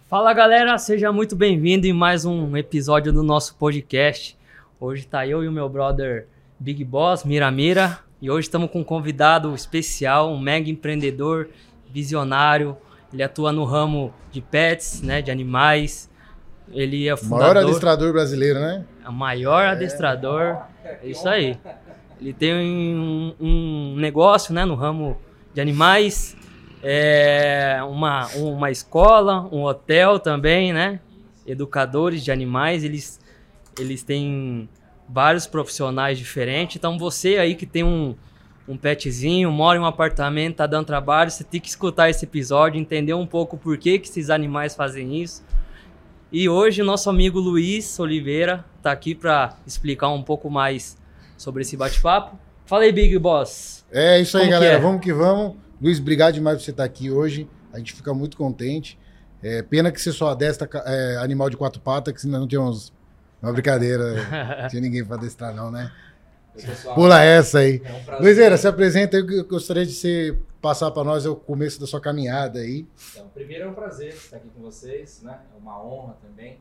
Fala galera, seja muito bem-vindo em mais um episódio do nosso podcast. Hoje tá eu e o meu brother Big Boss, Mira, e hoje estamos com um convidado especial, um mega empreendedor, visionário. Ele atua no ramo de pets, né, de animais. Ele é fundador... O maior adestrador brasileiro, né? O maior adestrador, é isso aí. Ele tem um negócio, né, no ramo de animais. Uma escola, um hotel também, né? Educadores de animais, eles têm vários profissionais diferentes. Então você aí que tem um petzinho, mora em um apartamento, tá dando trabalho, você tem que escutar esse episódio, entender um pouco por que esses animais fazem isso. E hoje o nosso amigo Luiz Oliveira tá aqui para explicar um pouco mais sobre esse bate-papo. Fala aí, Big Boss. É isso aí, Como galera. que é? Vamos que vamos. Luiz, obrigado demais por você estar aqui hoje. A gente fica muito contente. Pena que você só adestra animal de 4 patas, que senão não tem uns... Uma brincadeira. Não tinha ninguém para adestrar não, né? Pessoal, Pula essa aí. É um prazer. Luizeira, se apresenta. Eu gostaria de você passar para nós o começo da sua caminhada aí. Então, primeiro é um prazer estar aqui com vocês, né? É uma honra também.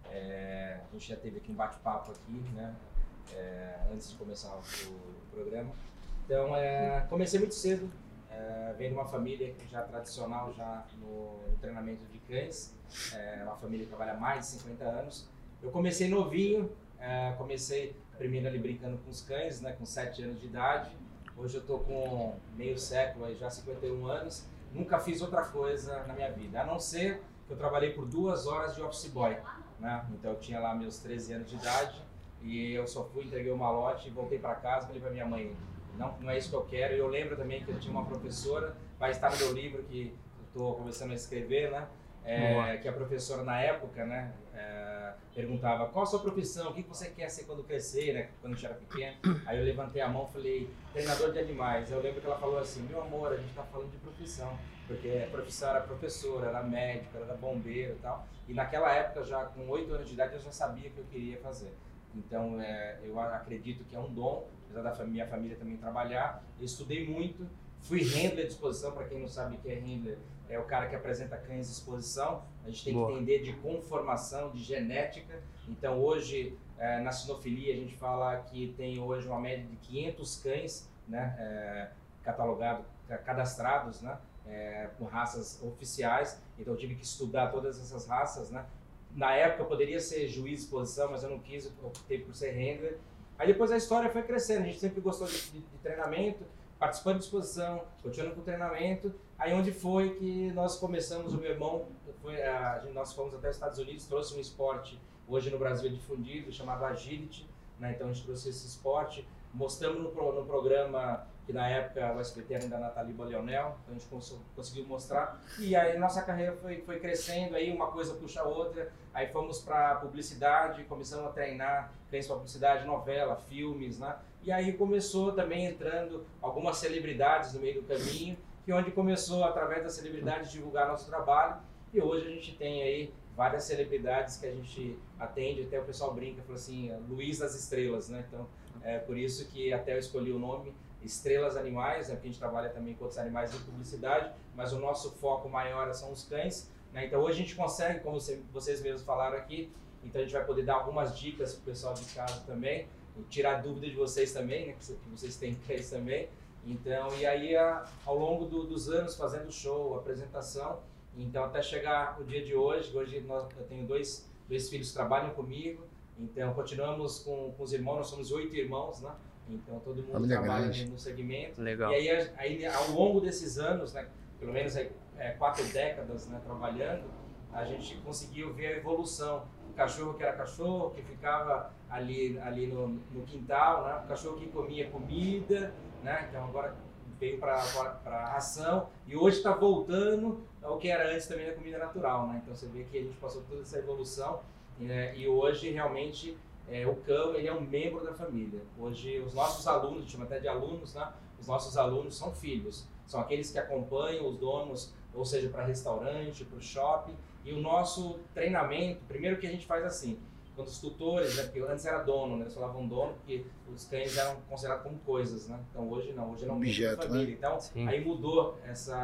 A gente já teve aqui um bate-papo aqui, né? Antes de começar o programa. Então, comecei muito cedo. Venho de uma família já tradicional já no treinamento de cães, uma família que trabalha há mais de 50 anos. Eu comecei novinho, comecei primeiro ali brincando com os cães, né, com 7 anos de idade. Hoje eu estou com meio século, aí já 51 anos. Nunca fiz outra coisa na minha vida, a não ser que eu trabalhei por 2 horas de office boy, né? Então eu tinha lá meus 13 anos de idade e eu só fui, entreguei o malote e voltei para casa e falei para minha mãe, não é isso que eu quero. E eu lembro também que eu tinha uma professora, vai estar no meu livro que eu estou começando a escrever, né? Que a professora na época, né, perguntava qual a sua profissão, o que você quer ser quando crescer, né, quando a gente era pequeno. Aí eu levantei a mão e falei, treinador de animais. Eu lembro que ela falou assim, meu amor, a gente está falando de profissão, porque a profissão era professora, era médica, era bombeiro e tal. E naquela época, já com 8 anos de idade, eu já sabia o que eu queria fazer. Então, eu acredito que é um dom, apesar da minha família também trabalhar. Eu estudei muito, fui handler de exposição. Para quem não sabe o que é handler, é o cara que apresenta cães de exposição. A gente tem que entender de conformação, de genética. Então, hoje, na sinofilia, a gente fala que tem hoje uma média de 500 cães, né, cadastrados, né, com raças oficiais. Então, eu tive que estudar todas essas raças, né. Na época eu poderia ser juiz de exposição, mas eu não quis, eu optei por ser handler. Aí depois a história foi crescendo, a gente sempre gostou de treinamento, participando de exposição, continuando com o treinamento. Aí onde foi que nós começamos, o meu irmão, nós fomos até os Estados Unidos, trouxe um esporte, hoje no Brasil é difundido, chamado Agility, né? Então a gente trouxe esse esporte, mostramos no programa que na época o SBT era da Nathalie Leonel, então a gente conseguiu mostrar. E aí nossa carreira foi crescendo, aí uma coisa puxa a outra, aí fomos para publicidade, começamos a treinar cães para publicidade, novela, filmes, né? E aí começou também entrando algumas celebridades no meio do caminho, que onde começou através das celebridades divulgar nosso trabalho. E hoje a gente tem aí várias celebridades que a gente atende, até o pessoal brinca, fala assim, Luiz das Estrelas, né? Então é por isso que até eu escolhi o nome Estrelas Animais, né, porque a gente trabalha também com outros animais de publicidade, mas o nosso foco maior são os cães, né? Então hoje a gente consegue, como vocês mesmos falaram aqui, então a gente vai poder dar algumas dicas para o pessoal de casa também, e tirar dúvida de vocês também, né, que vocês têm cães também. Então, e aí ao longo dos anos fazendo show, apresentação, então até chegar o dia de hoje eu tenho dois filhos que trabalham comigo, então continuamos com os irmãos, nós somos 8 irmãos, né? Então todo mundo Família trabalha grande no segmento. Legal. E aí ao longo desses anos, né, pelo menos 4 décadas, né, trabalhando, a gente conseguiu ver a evolução. O cachorro que era cachorro, que ficava ali no quintal, né, o cachorro que comia comida, né, então agora veio para a ração e hoje está voltando ao que era antes também da comida natural, né? Então você vê que a gente passou toda essa evolução, e hoje realmente o cão ele é um membro da família. Hoje os nossos alunos, a gente chama até de alunos, né? Os nossos alunos são filhos, são aqueles que acompanham os donos, ou seja, para restaurante, para o shopping. E o nosso treinamento, primeiro que a gente faz assim, quando os tutores, né, porque antes era dono, né, eles falavam dono porque os cães eram considerados como coisas, né? Então hoje não, hoje é um membro da família. Né? Então Sim. aí mudou essa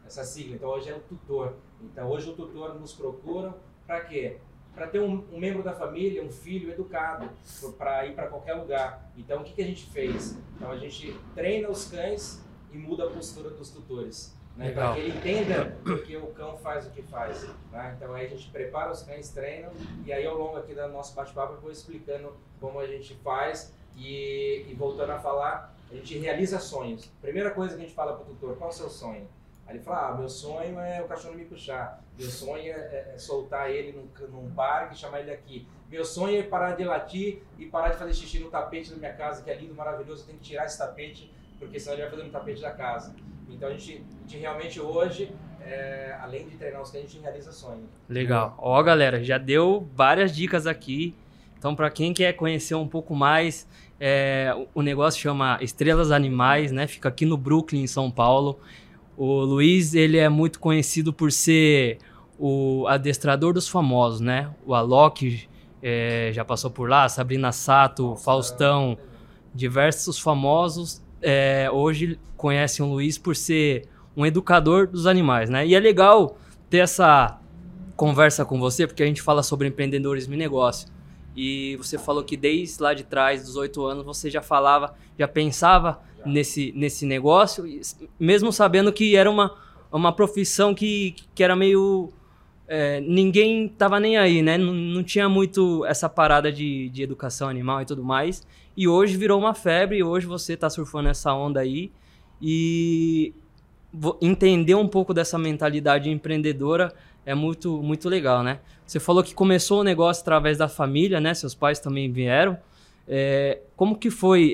essa sigla. Então hoje é o tutor. Então hoje o tutor nos procura para quê? Para ter um membro da família, um filho educado, para ir para qualquer lugar. Então o que a gente fez? Então a gente treina os cães e muda a postura dos tutores. Né, para que ele entenda porque o cão faz o que faz. Né? Então aí a gente prepara os cães, treinam, e aí ao longo aqui do nosso bate-papo eu vou explicando como a gente faz e voltando a falar, a gente realiza sonhos. Primeira coisa que a gente fala para o tutor, qual é o seu sonho? Aí ele fala, meu sonho é o cachorro me puxar, meu sonho é soltar ele num parque e chamar ele aqui. Meu sonho é parar de latir e parar de fazer xixi no tapete da minha casa, que é lindo, maravilhoso, eu tenho que tirar esse tapete, porque senão ele vai fazer no tapete da casa. Então a gente realmente hoje, além de treinar os cães, a gente realiza sonhos. Legal. Ó, galera, já deu várias dicas aqui. Então, para quem quer conhecer um pouco mais, o negócio chama Estrelas Animais, né? Fica aqui no Brooklyn, em São Paulo. O Luiz, ele é muito conhecido por ser o adestrador dos famosos, né? O Alok já passou por lá, Sabrina Sato, Faustão, diversos famosos. Hoje conhecem o Luiz por ser um educador dos animais, né? E é legal ter essa conversa com você, porque a gente fala sobre empreendedorismo e negócio. E você falou que desde lá de trás, dos 8 anos, você já pensava nesse negócio, mesmo sabendo que era uma profissão que era meio... ninguém tava nem aí, né? Não tinha muito essa parada de educação animal e tudo mais. E hoje virou uma febre, e hoje você tá surfando essa onda aí. E entender um pouco dessa mentalidade empreendedora é muito, muito legal, né? Você falou que começou o negócio através da família, né? Seus pais também vieram. Como que foi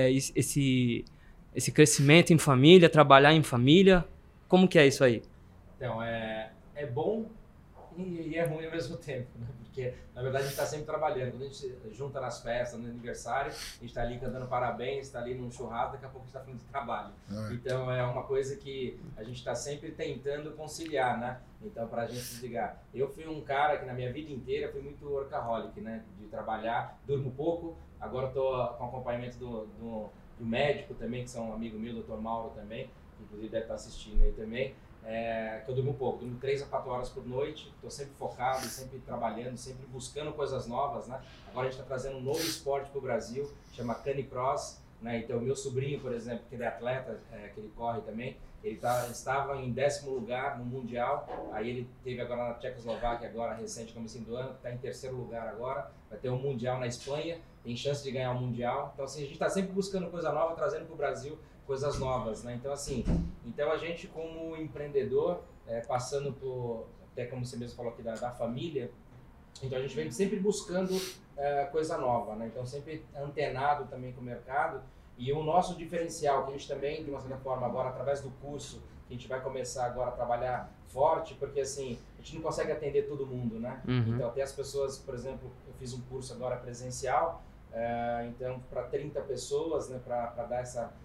esse crescimento em família, trabalhar em família? Como que é isso aí? Então, é bom e é ruim ao mesmo tempo, né? Porque, na verdade, a gente está sempre trabalhando. Quando a gente se junta nas festas, no aniversário, a gente está ali cantando parabéns, está ali num churrasco, daqui a pouco a gente está falando de trabalho. Então, é uma coisa que a gente está sempre tentando conciliar, né? Então, para a gente desligar. Eu fui um cara que, na minha vida inteira, fui muito workaholic, né? De trabalhar, durmo pouco. Agora estou com acompanhamento do médico também, que são um amigo meu, o Dr. Mauro também, que inclusive deve estar assistindo aí também. Que eu durmo pouco, durmo 3 a 4 horas por noite, estou sempre focado, sempre trabalhando, sempre buscando coisas novas, né? Agora a gente está trazendo um novo esporte para o Brasil, chama Canicross, né? Então meu sobrinho, por exemplo, que ele é atleta, que ele corre também, ele estava em 10º lugar no Mundial, aí ele teve agora na Tchecoslováquia, agora recente, comecinho do ano, está em 3º lugar agora, vai ter um Mundial na Espanha, tem chance de ganhar um Mundial, então assim, a gente está sempre buscando coisa nova, trazendo para o Brasil coisas novas, né? Então assim, a gente como empreendedor, passando por, até como você mesmo falou aqui da família, então a gente vem sempre buscando coisa nova, né? Então sempre antenado também com o mercado, e o nosso diferencial, que a gente também, de uma certa forma, agora através do curso, que a gente vai começar agora a trabalhar forte, porque assim, a gente não consegue atender todo mundo, né? Uhum. Então até as pessoas, por exemplo, eu fiz um curso agora presencial, então para 30 pessoas, né, para dar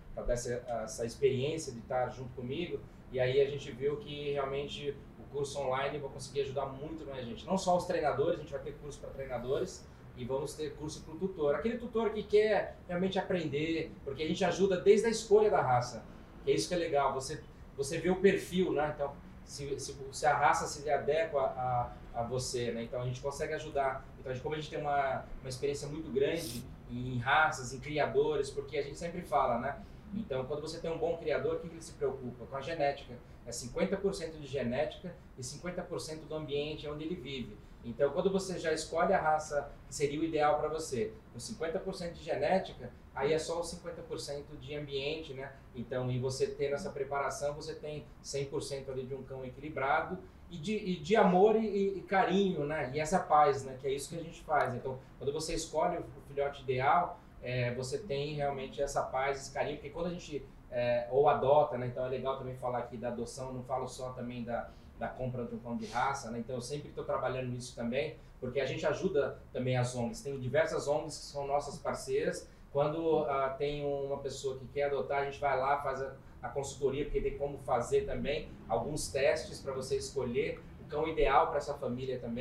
essa experiência de estar junto comigo, e aí a gente viu que realmente o curso online vai conseguir ajudar muito mais a gente. Não só os treinadores, a gente vai ter curso para treinadores e vamos ter curso para o tutor. Aquele tutor que quer realmente aprender, porque a gente ajuda desde a escolha da raça, que é isso que é legal, você vê o perfil, né? Então, se a raça se adequa a você, né? Então a gente consegue ajudar. Então, como a gente tem uma experiência muito grande em raças, em criadores, porque a gente sempre fala, né? Então, quando você tem um bom criador, o que ele se preocupa? Com a genética. É 50% de genética e 50% do ambiente onde ele vive. Então, quando você já escolhe a raça que seria o ideal para você, com 50% de genética, aí é só os 50% de ambiente, né? Então, e você tendo essa preparação, você tem 100% ali de um cão equilibrado e de amor e carinho, né? E essa paz, né? Que é isso que a gente faz. Então, quando você escolhe o filhote ideal, você tem realmente essa paz, esse carinho, porque quando a gente ou adota, né? Então é legal também falar aqui da adoção, não falo só também da compra de um cão de raça, né? Então eu sempre estou trabalhando nisso também, porque a gente ajuda também as ONGs, tem diversas ONGs que são nossas parceiras. Quando tem uma pessoa que quer adotar, a gente vai lá, faz a consultoria, porque tem como fazer também alguns testes para você escolher o cão ideal para essa família também.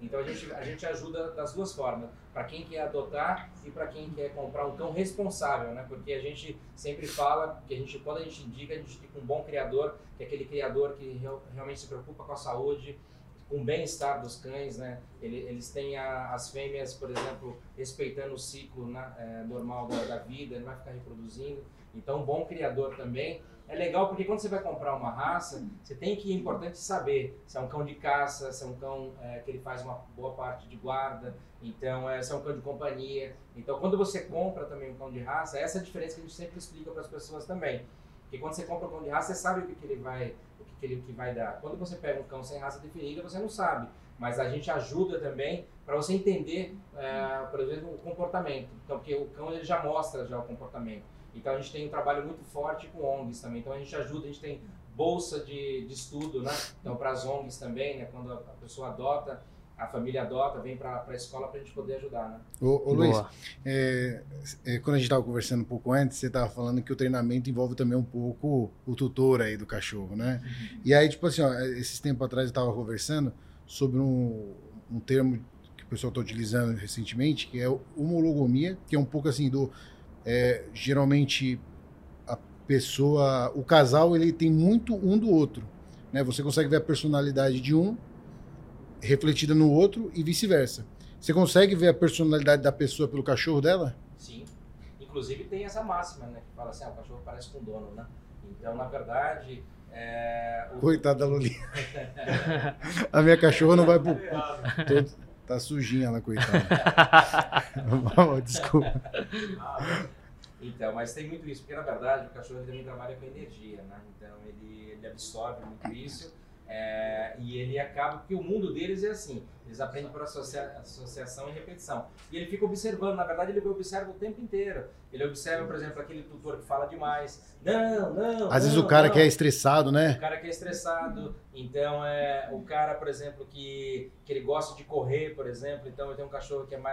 Então a gente ajuda das duas formas, para quem quer adotar e para quem quer comprar um cão responsável, né? Porque a gente sempre fala que quando a gente indica, a gente indica um bom criador, que é aquele criador que realmente se preocupa com a saúde, com o bem-estar dos cães, né? Eles têm as fêmeas, por exemplo, respeitando o ciclo, né, normal da vida, não vai ficar reproduzindo. Então, um bom criador também é legal, porque quando você vai comprar uma raça, é importante saber se é um cão de caça, se é um cão que ele faz uma boa parte de guarda, então se é um cão de companhia. Então, quando você compra também um cão de raça, essa é a diferença que a gente sempre explica para as pessoas também. Porque quando você compra um cão de raça, você sabe o que ele vai dar. Quando você pega um cão sem raça definida, você não sabe. Mas a gente ajuda também para você entender, por exemplo, o comportamento. Então, porque o cão ele já mostra o comportamento. Então a gente tem um trabalho muito forte com ONGs também. Então a gente ajuda, a gente tem bolsa de estudo, né? Então para as ONGs também, né? Quando a pessoa adota, a família adota, vem para a escola para a gente poder ajudar, né? Ô Luiz, quando a gente estava conversando um pouco antes, você estava falando que o treinamento envolve também um pouco o tutor aí do cachorro, né? E aí, tipo assim, ó, esses tempos atrás eu estava conversando sobre um termo que o pessoal está utilizando recentemente, que é homologamia, que é um pouco assim geralmente o casal, ele tem muito um do outro, né? Você consegue ver a personalidade de um refletida no outro e vice-versa. Você consegue ver a personalidade da pessoa pelo cachorro dela? Sim. Inclusive tem essa máxima, né? Que fala assim, o cachorro parece com o dono, né? Então, na verdade... Coitada da Lulinha. A minha cachorra não vai pro... Tá sujinha ela, coitada. Desculpa. Então, mas tem muito isso, porque na verdade o cachorro também trabalha com energia, né? Então ele absorve muito isso e ele acaba, porque o mundo deles é assim, eles aprendem por associação e repetição. E ele fica observando, na verdade ele observa o tempo inteiro. Ele observa, por exemplo, aquele tutor que fala demais. Não. Às vezes o cara que é estressado, né? O cara que é estressado. Então, o cara, por exemplo, que ele gosta de correr, por exemplo. Então, eu tenho um cachorro que é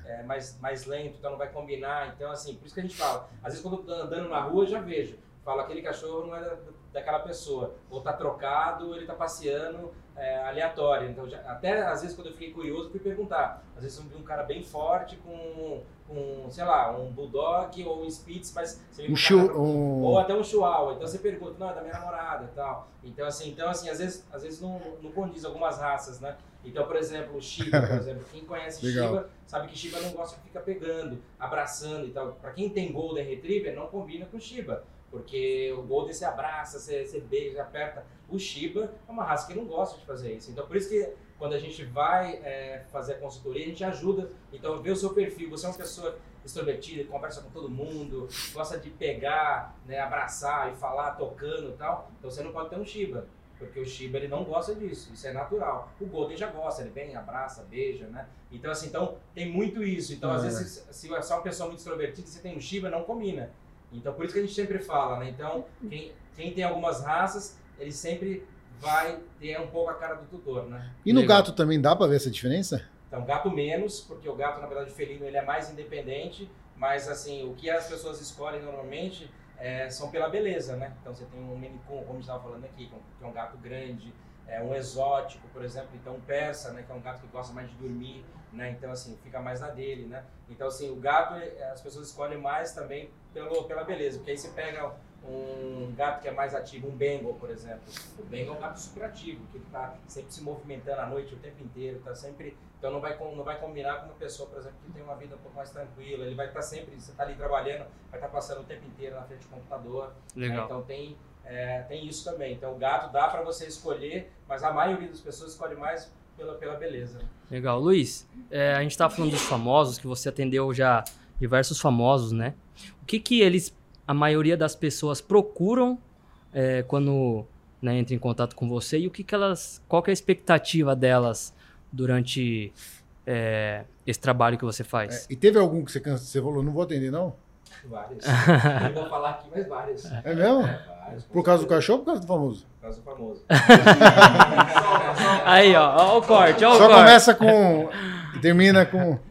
mais lento, então não vai combinar. Então, assim, por isso que a gente fala. Às vezes, quando eu tô andando na rua, eu já vejo. Falo, aquele cachorro não é daquela pessoa. Ou tá trocado, ou ele tá passeando aleatório. Então, até às vezes, quando eu fiquei curioso, fui perguntar. Às vezes, eu vi um cara bem forte com sei lá, um bulldog ou um spitz, mas você ou até um chihuahua. Então você pergunta, não, é da minha namorada e tal. Então assim, às vezes não condiz algumas raças, né? Então, por exemplo, o Shiba, por exemplo, quem conhece Shiba sabe que Shiba não gosta de ficar pegando, abraçando e tal. Para quem tem Golden Retriever, não combina com Shiba, porque o Golden você abraça, você beija, aperta. O Shiba é uma raça que não gosta de fazer isso. Então, por isso que quando a gente vai fazer a consultoria, a gente ajuda. Então, vê o seu perfil. Você é uma pessoa extrovertida, conversa com todo mundo, gosta de pegar, né, abraçar e falar tocando e tal. Então, você não pode ter um Shiba, porque o Shiba ele não gosta disso. Isso é natural. O Golden já gosta, ele vem, abraça, beija, né? Então, assim, tem muito isso. Então, às vezes, se você é uma pessoa muito extrovertida e você tem um Shiba, não combina. Então, por isso que a gente sempre fala, né? Então, quem tem algumas raças, ele sempre vai ter um pouco a cara do tutor, né? E no gato também dá para ver essa diferença? Então, gato menos, porque o gato, na verdade, o felino, ele é mais independente, mas, assim, o que as pessoas escolhem normalmente são pela beleza, né? Então, você tem um Maine Coon, como a gente estava falando aqui, que é um gato grande, um exótico, por exemplo, então um persa, né? Que é um gato que gosta mais de dormir, né? Então, assim, fica mais na dele, né? Então, assim, o gato, as pessoas escolhem mais também pela beleza, porque aí você pega um gato que é mais ativo, um Bengal, por exemplo. O Bengal é um gato super ativo, que ele está sempre se movimentando à noite o tempo inteiro, tá sempre... Então não vai combinar com uma pessoa, por exemplo, que tem uma vida um pouco mais tranquila. Ele vai estar sempre, você está ali trabalhando, vai estar passando o tempo inteiro na frente do computador. Legal. Né? Então tem isso também. Então o gato dá para você escolher, mas a maioria das pessoas escolhe mais pela beleza. Legal. Luiz, a gente estava falando dos famosos, que você atendeu já diversos famosos, né? O que a maioria das pessoas procuram quando, né, entra em contato com você, e qual que é a expectativa delas durante esse trabalho que você faz? E teve algum que você falou, não vou atender, não? Vários. Eu vou falar aqui, mas vários. É mesmo? Vários. Por causa do cachorro ou por causa do famoso? Por causa do famoso. Aí, ó o corte, ó o Só corte. começa com... termina com...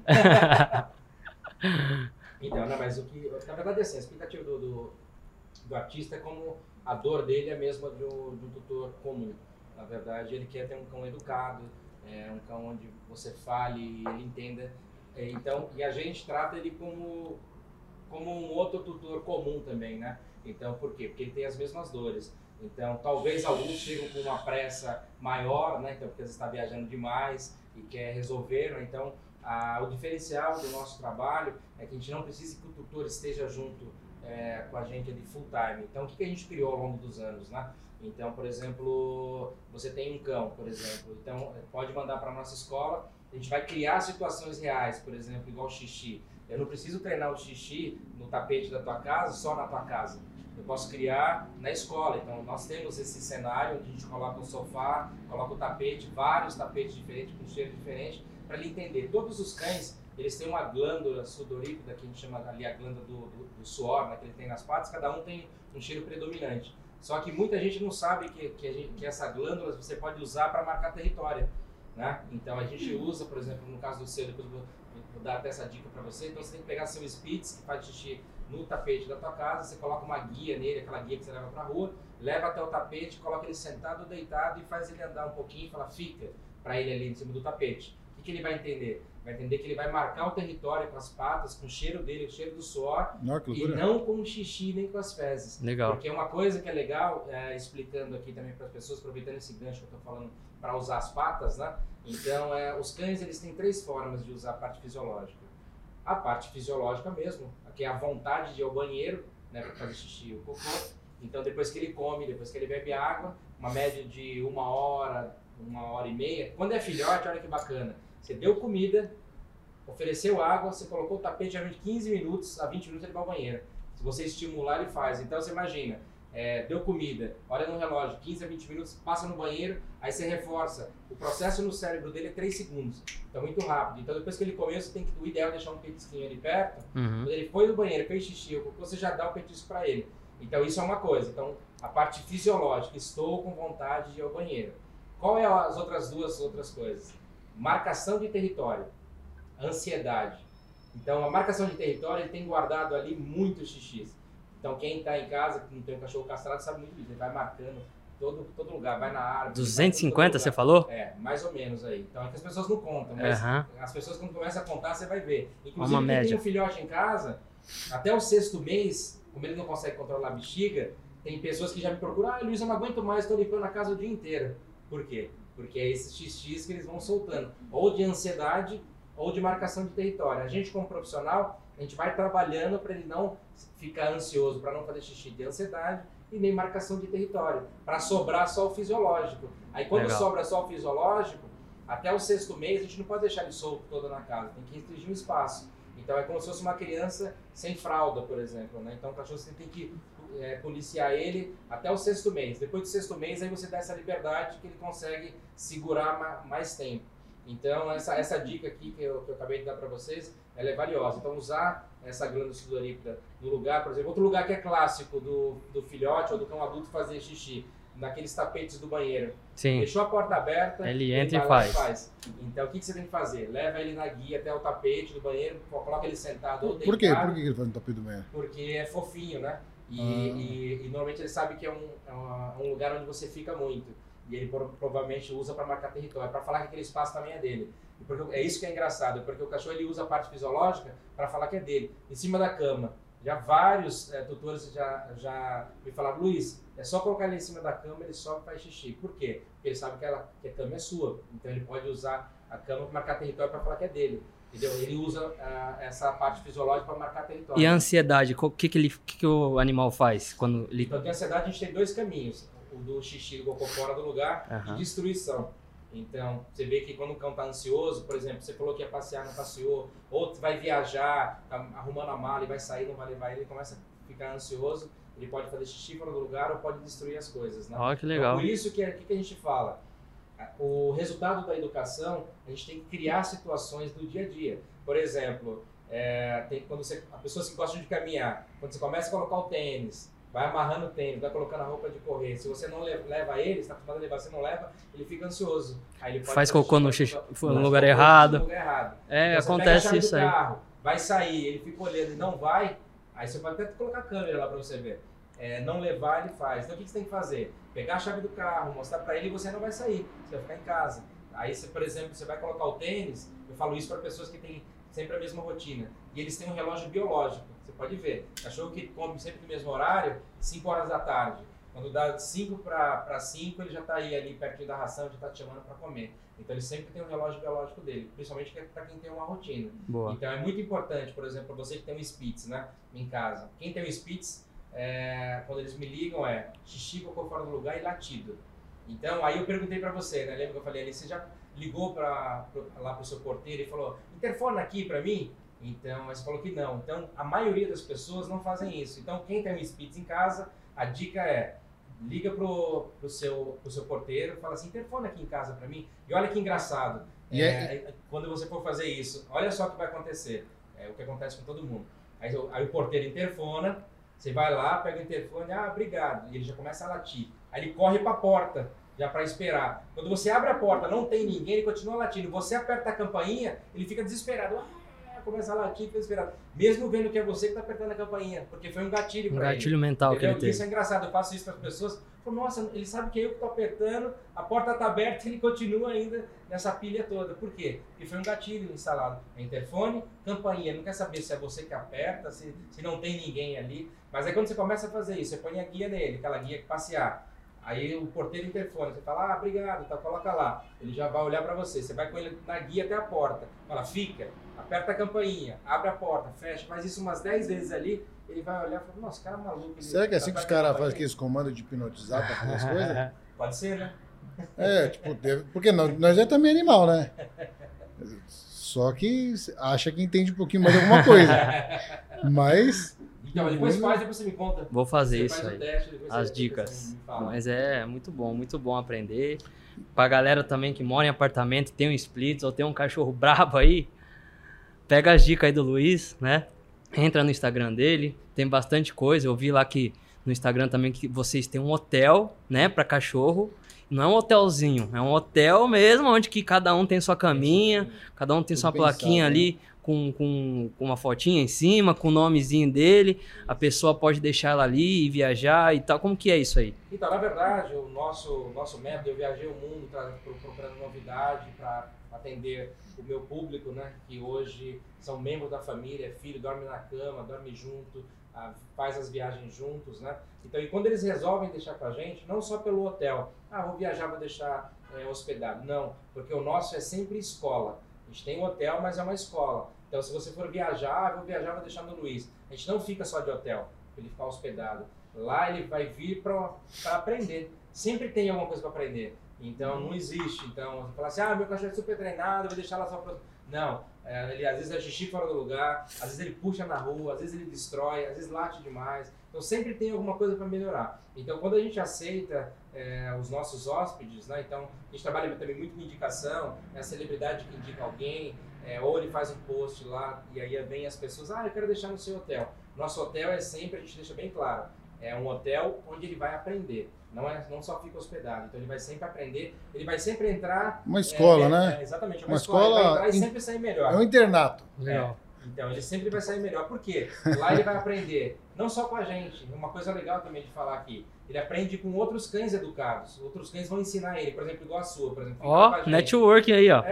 Então, não, mas na verdade, assim, a expectativa do artista é como a dor dele é a mesma de um tutor comum. Na verdade, ele quer ter um cão educado, um cão onde você fale e ele entenda. Então, e a gente trata ele como um outro tutor comum também, né? Então, por quê? Porque ele tem as mesmas dores. Então, talvez alguns chegam com uma pressa maior, né? Então, porque você está viajando demais e quer resolver, né? Então, o diferencial do nosso trabalho é que a gente não precisa que o tutor esteja junto com a gente ali full time. Então, o que a gente criou ao longo dos anos, né? Então, por exemplo, você tem um cão, por exemplo. Então, pode mandar para a nossa escola. A gente vai criar situações reais, por exemplo, igual xixi. Eu não preciso treinar o xixi no tapete da tua casa, só na tua casa. Eu posso criar na escola. Então, nós temos esse cenário onde a gente coloca um sofá, coloca o tapete, vários tapetes diferentes, com cheiro diferente, para ele entender. Todos os cães, eles têm uma glândula sudorípara, que a gente chama ali a glândula do suor, né, que ele tem nas patas, cada um tem um cheiro predominante. Só que muita gente não sabe que essa glândula você pode usar para marcar território, né? Então, a gente usa, por exemplo, no caso do seu, depois eu vou dar até essa dica para você. Então, você tem que pegar seu Spitz, que faz xixi no tapete da tua casa, você coloca uma guia nele, aquela guia que você leva pra rua, leva até o tapete, coloca ele sentado ou deitado e faz ele andar um pouquinho e fala, fica pra ele ali em cima do tapete. O que ele vai entender? Vai entender que ele vai marcar o território com as patas, com o cheiro dele, o cheiro do suor, e não com o xixi nem com as fezes. Legal. Porque uma coisa que é legal, explicando aqui também para as pessoas, aproveitando esse gancho que eu tô falando para usar as patas, né? Então, os cães, eles têm 3 formas de usar a parte fisiológica. A parte fisiológica mesmo, que é a vontade de ir ao banheiro, né, para fazer xixi ou cocô. Então, depois que ele come, depois que ele bebe água, uma média de 1 hora, 1h30. Quando é filhote, olha que bacana. Você deu comida, ofereceu água, você colocou o tapete, geralmente 15 minutos, a 20 minutos ele vai ao banheiro. Se você estimular, ele faz. Então, você imagina, deu comida, olha no relógio, 15 a 20 minutos, passa no banheiro, aí você reforça. O processo no cérebro dele é 3 segundos. Então, muito rápido. Então, depois que ele comeu, você tem que, o ideal é deixar um petisquinho ali perto. Quando ele foi no banheiro, fez xixi, você já dá o petisco para ele. Então, isso é uma coisa. Então, a parte fisiológica, estou com vontade de ir ao banheiro. Qual é as outras coisas? Marcação de território, ansiedade. Então, a marcação de território, ele tem guardado ali muitos xixis. Então, quem está em casa, que não tem um cachorro castrado, sabe muito disso. Ele vai marcando todo lugar, vai na árvore. 250, você falou? Mais ou menos aí. Então, é que as pessoas não contam, mas as pessoas, quando começam a contar, você vai ver. Inclusive, quem tem um filhote em casa, até o 6º mês, como ele não consegue controlar a bexiga, tem pessoas que já me procuram, Luiz, eu não aguento mais, estou limpando a casa o dia inteiro. Por quê? Porque é esses xixis que eles vão soltando, ou de ansiedade, ou de marcação de território. A gente, como profissional, a gente vai trabalhando para ele não ficar ansioso, para não fazer xixi de ansiedade e nem marcação de território, para sobrar só o fisiológico. Aí quando sobra só o fisiológico, até o 6º mês a gente não pode deixar ele solto todo na casa, tem que restringir um espaço. Então é como se fosse uma criança sem fralda, por exemplo, né? Então o cachorro você tem que policiar ele até o 6º mês. Depois do 6º mês aí você dá essa liberdade que ele consegue segurar mais tempo. Então essa dica aqui que eu acabei de dar para vocês, ela é valiosa. Então usar essa glândula sudorípara no lugar, por exemplo, outro lugar que é clássico do filhote ou do cão adulto fazer xixi, naqueles tapetes do banheiro. Sim. Deixou a porta aberta, ele entra e faz. Então o que você tem que fazer? Leva ele na guia até o tapete do banheiro, coloca ele sentado ou deitado. Por quê? Por que ele faz no tapete do banheiro? Porque é fofinho, né? E normalmente ele sabe que é um lugar onde você fica muito. E ele provavelmente usa para marcar território, para falar que aquele espaço também é dele. E porque, é isso que é engraçado, porque o cachorro ele usa a parte fisiológica para falar que é dele. Em cima da cama. Já vários tutores já me falaram, Luiz, é só colocar ele em cima da cama, ele sobe e faz xixi. Por quê? Porque ele sabe que a cama é sua. Então ele pode usar a cama para marcar território para falar que é dele. Entendeu? Ele usa essa parte fisiológica para marcar território. E a ansiedade, o que o animal faz? Quando ele... Então, a ansiedade a gente tem 2 caminhos. O do xixi, do cocô fora do lugar, de destruição. Então, você vê que quando o cão está ansioso, por exemplo, você falou que ia passear, não passeou, ou vai viajar, tá arrumando a mala e vai sair, não vai levar ele começa a ficar ansioso, ele pode fazer xixi fora do lugar ou pode destruir as coisas, né? Que legal. Então, por isso que a gente fala, o resultado da educação, a gente tem que criar situações do dia a dia. Por exemplo, a pessoas que gostam de caminhar, quando você começa a colocar o tênis, vai amarrando o tênis, vai colocando a roupa de correr. Se você não leva ele, está acostumado a levar, você não leva, ele fica ansioso. Aí ele pode faz cocô no lugar errado. Então, acontece isso aí. Carro, vai sair, ele fica olhando e não vai, aí você pode até colocar a câmera lá para você ver. Não levar, ele faz. Então o que você tem que fazer? Pegar a chave do carro, mostrar para ele e você não vai sair, você vai ficar em casa. Aí, você, por exemplo, você vai colocar o tênis, eu falo isso para pessoas que têm sempre a mesma rotina. E eles têm um relógio biológico, você pode ver. Cachorro que come sempre no mesmo horário, 5 horas da tarde. Quando dá 5 para 5, ele já está ali pertinho da ração, já está te chamando para comer. Então ele sempre tem um relógio biológico dele, principalmente para quem tem uma rotina. Boa. Então é muito importante, por exemplo, para você que tem um Spitz, né, em casa. Quem tem um Spitz, quando eles me ligam xixi, cocô fora do lugar e latido. Então aí eu perguntei para você, né, lembra que eu falei ali, você já ligou lá para o seu porteiro e falou, interfona aqui para mim? Então, mas você falou que não. Então a maioria das pessoas não fazem isso. Então quem tem um Spitz em casa, a dica liga pro seu porteiro, fala assim, interfona aqui em casa para mim. E olha que engraçado, quando você for fazer isso, olha só o que vai acontecer. É o que acontece com todo mundo. Aí o porteiro interfona, você vai lá, pega o interfone, obrigado. E ele já começa a latir. Aí ele corre para a porta, já para esperar. Quando você abre a porta, não tem ninguém, ele continua latindo. Você aperta a campainha, ele fica desesperado. Começa a latir, fica desesperado. Mesmo vendo que é você que está apertando a campainha, porque foi um gatilho para ele. Um gatilho mental que ele teve. Isso é engraçado, eu faço isso para as pessoas. Falo, nossa, ele sabe que é eu que estou apertando, a porta está aberta e ele continua ainda nessa pilha toda. Por quê? Porque foi um gatilho instalado. É interfone, campainha. Não quer saber se é você que aperta, se não tem ninguém ali. Mas aí quando você começa a fazer isso, você põe a guia nele, aquela guia que passear. Aí o porteiro interfone, você fala, obrigado, tá, coloca lá. Ele já vai olhar para você, você vai com ele na guia até a porta. Fala, fica, aperta a campainha, abre a porta, fecha, faz isso umas 10 vezes ali, ele vai olhar e fala, nossa, cara maluco. Será que é assim que os caras fazem aqueles comandos de hipnotizar para fazer as coisas? Pode ser, né? Porque nós é também animal, né? Só que acha que entende um pouquinho mais de alguma coisa. Mas... Então, depois você me conta. Vou fazer isso aí. Teste, as dicas. Mas é muito bom aprender. Pra galera também que mora em apartamento, tem um Spitz ou tem um cachorro brabo aí, pega as dicas aí do Luiz, né? Entra no Instagram dele, tem bastante coisa. Eu vi lá que no Instagram também que vocês têm um hotel, né, pra cachorro. Não é um hotelzinho, é um hotel mesmo, onde que cada um tem sua caminha, cada um tem sua plaquinha ali, com uma fotinha em cima, com o nomezinho dele, a pessoa pode deixar ela ali e viajar e tal. Como que é isso aí? Então, na verdade, o nosso método, eu viajei o mundo procurando novidade para atender o meu público, né, que hoje são membros da família, é filho, dorme na cama, dorme junto, faz as viagens juntos, né? Então, e quando eles resolvem deixar com a gente, não só pelo hotel, vou viajar, vou deixar hospedado, não, porque o nosso é sempre escola. A gente tem um hotel, mas é uma escola. Então, se você for viajar, vou deixar no Luiz. A gente não fica só de hotel, para ele ficar hospedado. Lá ele vai vir para aprender. Sempre tem alguma coisa para aprender. Então, não existe. Então, você fala assim, meu cachorro é super treinado, vou deixar lá só para... Não, ele às vezes é xixi fora do lugar, às vezes ele puxa na rua, às vezes ele destrói, às vezes late demais. Então, sempre tem alguma coisa para melhorar. Então, quando a gente aceita os nossos hóspedes, né? Então, a gente trabalha também muito com indicação, a celebridade que indica alguém, ou ele faz um post lá e aí vem as pessoas, eu quero deixar no seu hotel. Nosso hotel é sempre, a gente deixa bem claro, é um hotel onde ele vai aprender. Não só fica hospedado, então ele vai sempre aprender, ele vai sempre entrar... Uma escola, né? Exatamente, uma escola. Ele vai entrar e sempre sair melhor. É um internato. Legal. Então ele sempre vai sair melhor. Por quê? Lá ele vai aprender, não só com a gente, uma coisa legal também de falar aqui, ele aprende com outros cães educados, outros cães vão ensinar ele, por exemplo, igual a sua, por exemplo. Networking aí, ó.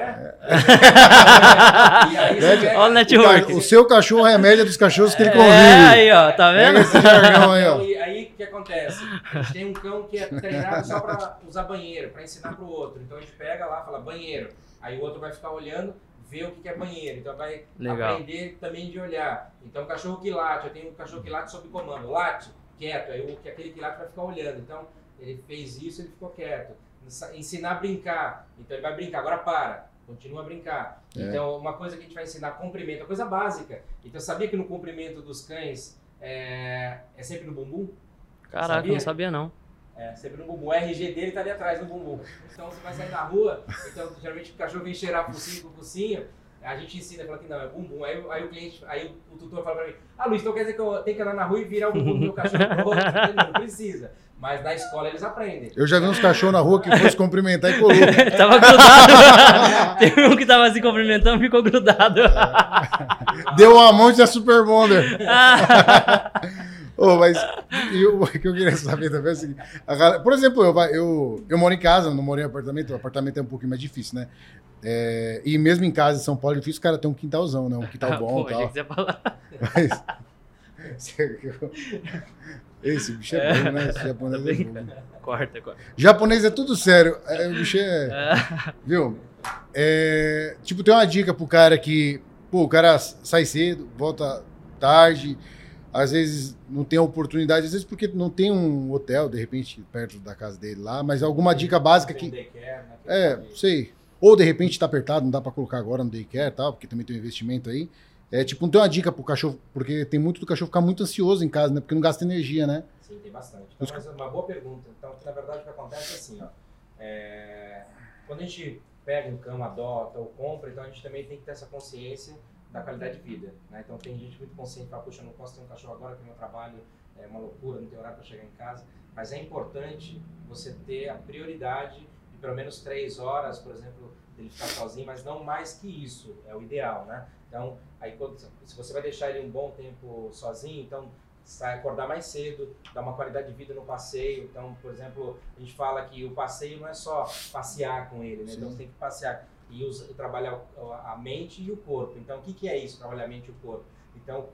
Ó o networking. O seu cachorro é a média dos cachorros que ele convive. Aí, ó, tá vendo? Esse jargão aí, ó. E aí, o que acontece? A gente tem um cão que é treinado só para usar banheiro, para ensinar para o outro. Então a gente pega lá e fala banheiro, aí o outro vai ficar olhando, ver o que é banheiro, então vai aprender também de olhar. Então o cachorro que late, eu tenho um cachorro que late sob comando, late, quieto, aí aquele que late vai ficar olhando. Então ele fez isso, ele ficou quieto. Ensinar a brincar, então ele vai brincar, agora continua a brincar. Então uma coisa que a gente vai ensinar, cumprimento, é coisa básica. Então sabia que no cumprimento dos cães é sempre no bumbum? Caraca, não sabia não. Sempre no bumbum. O RG dele tá ali atrás no bumbum. Então você vai sair na rua, então geralmente o cachorro vem cheirar focinho com focinho, a gente ensina, fala que não, é bumbum. Aí o cliente, o tutor fala pra mim, Luiz, então quer dizer que eu tenho que andar na rua e virar o bumbum do meu cachorro pro outro? Não precisa. Mas na escola eles aprendem. Eu já vi uns cachorros na rua que foi se cumprimentar e colou. Tava grudado. Teve um que tava se cumprimentando e ficou grudado. Deu uma mão de Super Bonder. Mas o que eu queria saber também é o seguinte. Por exemplo, eu moro em casa, não moro em apartamento. O apartamento é um pouquinho mais difícil, né? E mesmo em casa em São Paulo é difícil o cara ter um quintalzão, né? Um quintal bom e tal. Achei que você ia falar. Esse bicho é bom, né? Esse japonês é bom. Corta. Japonês é tudo sério. O bicho Viu? Tipo, tem uma dica pro cara que... Pô, o cara sai cedo, volta tarde, às vezes não tem oportunidade, às vezes porque não tem um hotel, de repente, perto da casa dele lá, mas alguma dica básica que... sei. Ou de repente tá apertado, não dá pra colocar agora no daycare e tal, porque também tem um investimento aí. Tipo, não tem uma dica pro cachorro, porque tem muito do cachorro ficar muito ansioso em casa, né? Porque não gasta energia, né? Sim, tem bastante. Então, mas é uma boa pergunta. Então, na verdade, o que acontece é assim, ó. Quando a gente pega um cão, adota ou compra, então a gente também tem que ter essa consciência da qualidade de vida, né? Então tem gente muito consciente que fala, puxa, eu não posso ter um cachorro agora, que meu trabalho é uma loucura, não tenho horário para chegar em casa. Mas é importante você ter a prioridade de pelo menos 3 horas, por exemplo, dele ficar sozinho, mas não mais que isso, é o ideal, né? Então, aí se você vai deixar ele um bom tempo sozinho, então sai acordar mais cedo, dar uma qualidade de vida no passeio. Então, por exemplo, a gente fala que o passeio não é só passear com ele, né? Então você tem que passear e trabalhar a mente e o corpo. Então, o que é isso, trabalhar a mente e o corpo? Então,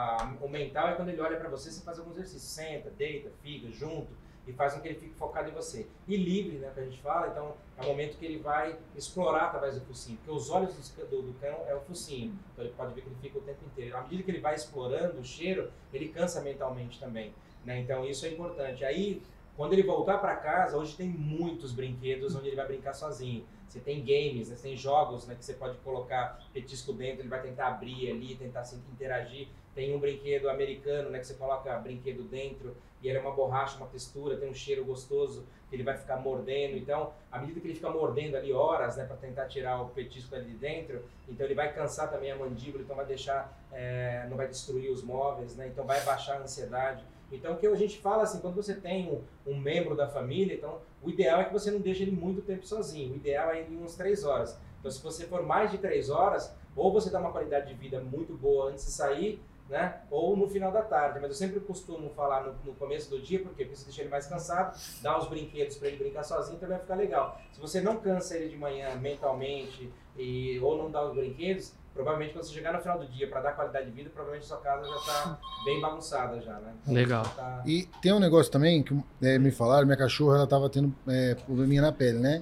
o mental é quando ele olha para você, você faz algum exercício, senta, deita, fica junto e faz com que ele fique focado em você. E livre, né, que a gente fala, então é o momento que ele vai explorar através do focinho, porque os olhos do cão é o focinho, então ele pode ver que ele fica o tempo inteiro. À medida que ele vai explorando o cheiro, ele cansa mentalmente também, né? Então isso é importante. Aí, quando ele voltar para casa, hoje tem muitos brinquedos onde ele vai brincar sozinho. Você tem games, né? Você tem jogos, né, que você pode colocar petisco dentro, ele vai tentar abrir ali, tentar interagir. Tem um brinquedo americano, né, que você coloca brinquedo dentro e ele é uma borracha, uma textura, tem um cheiro gostoso que ele vai ficar mordendo. Então, à medida que ele fica mordendo ali horas, né, para tentar tirar o petisco ali de dentro, então ele vai cansar também a mandíbula, então vai deixar, não vai destruir os móveis, né, então vai baixar a ansiedade. Então, o que a gente fala assim, quando você tem um membro da família, então o ideal é que você não deixe ele muito tempo sozinho. O ideal é ir umas 3 horas. Então, se você for mais de 3 horas, ou você dá uma qualidade de vida muito boa antes de sair, né? Ou no final da tarde. Mas eu sempre costumo falar no começo do dia, porque você deixa ele mais cansado, dá os brinquedos para ele brincar sozinho, então vai ficar legal. Se você não cansa ele de manhã mentalmente ou não dá os brinquedos, provavelmente quando você chegar no final do dia para dar qualidade de vida, provavelmente a sua casa já está bem bagunçada já, né? Então, legal. E tem um negócio também que me falaram, minha cachorra ela tava tendo probleminha na pele, né?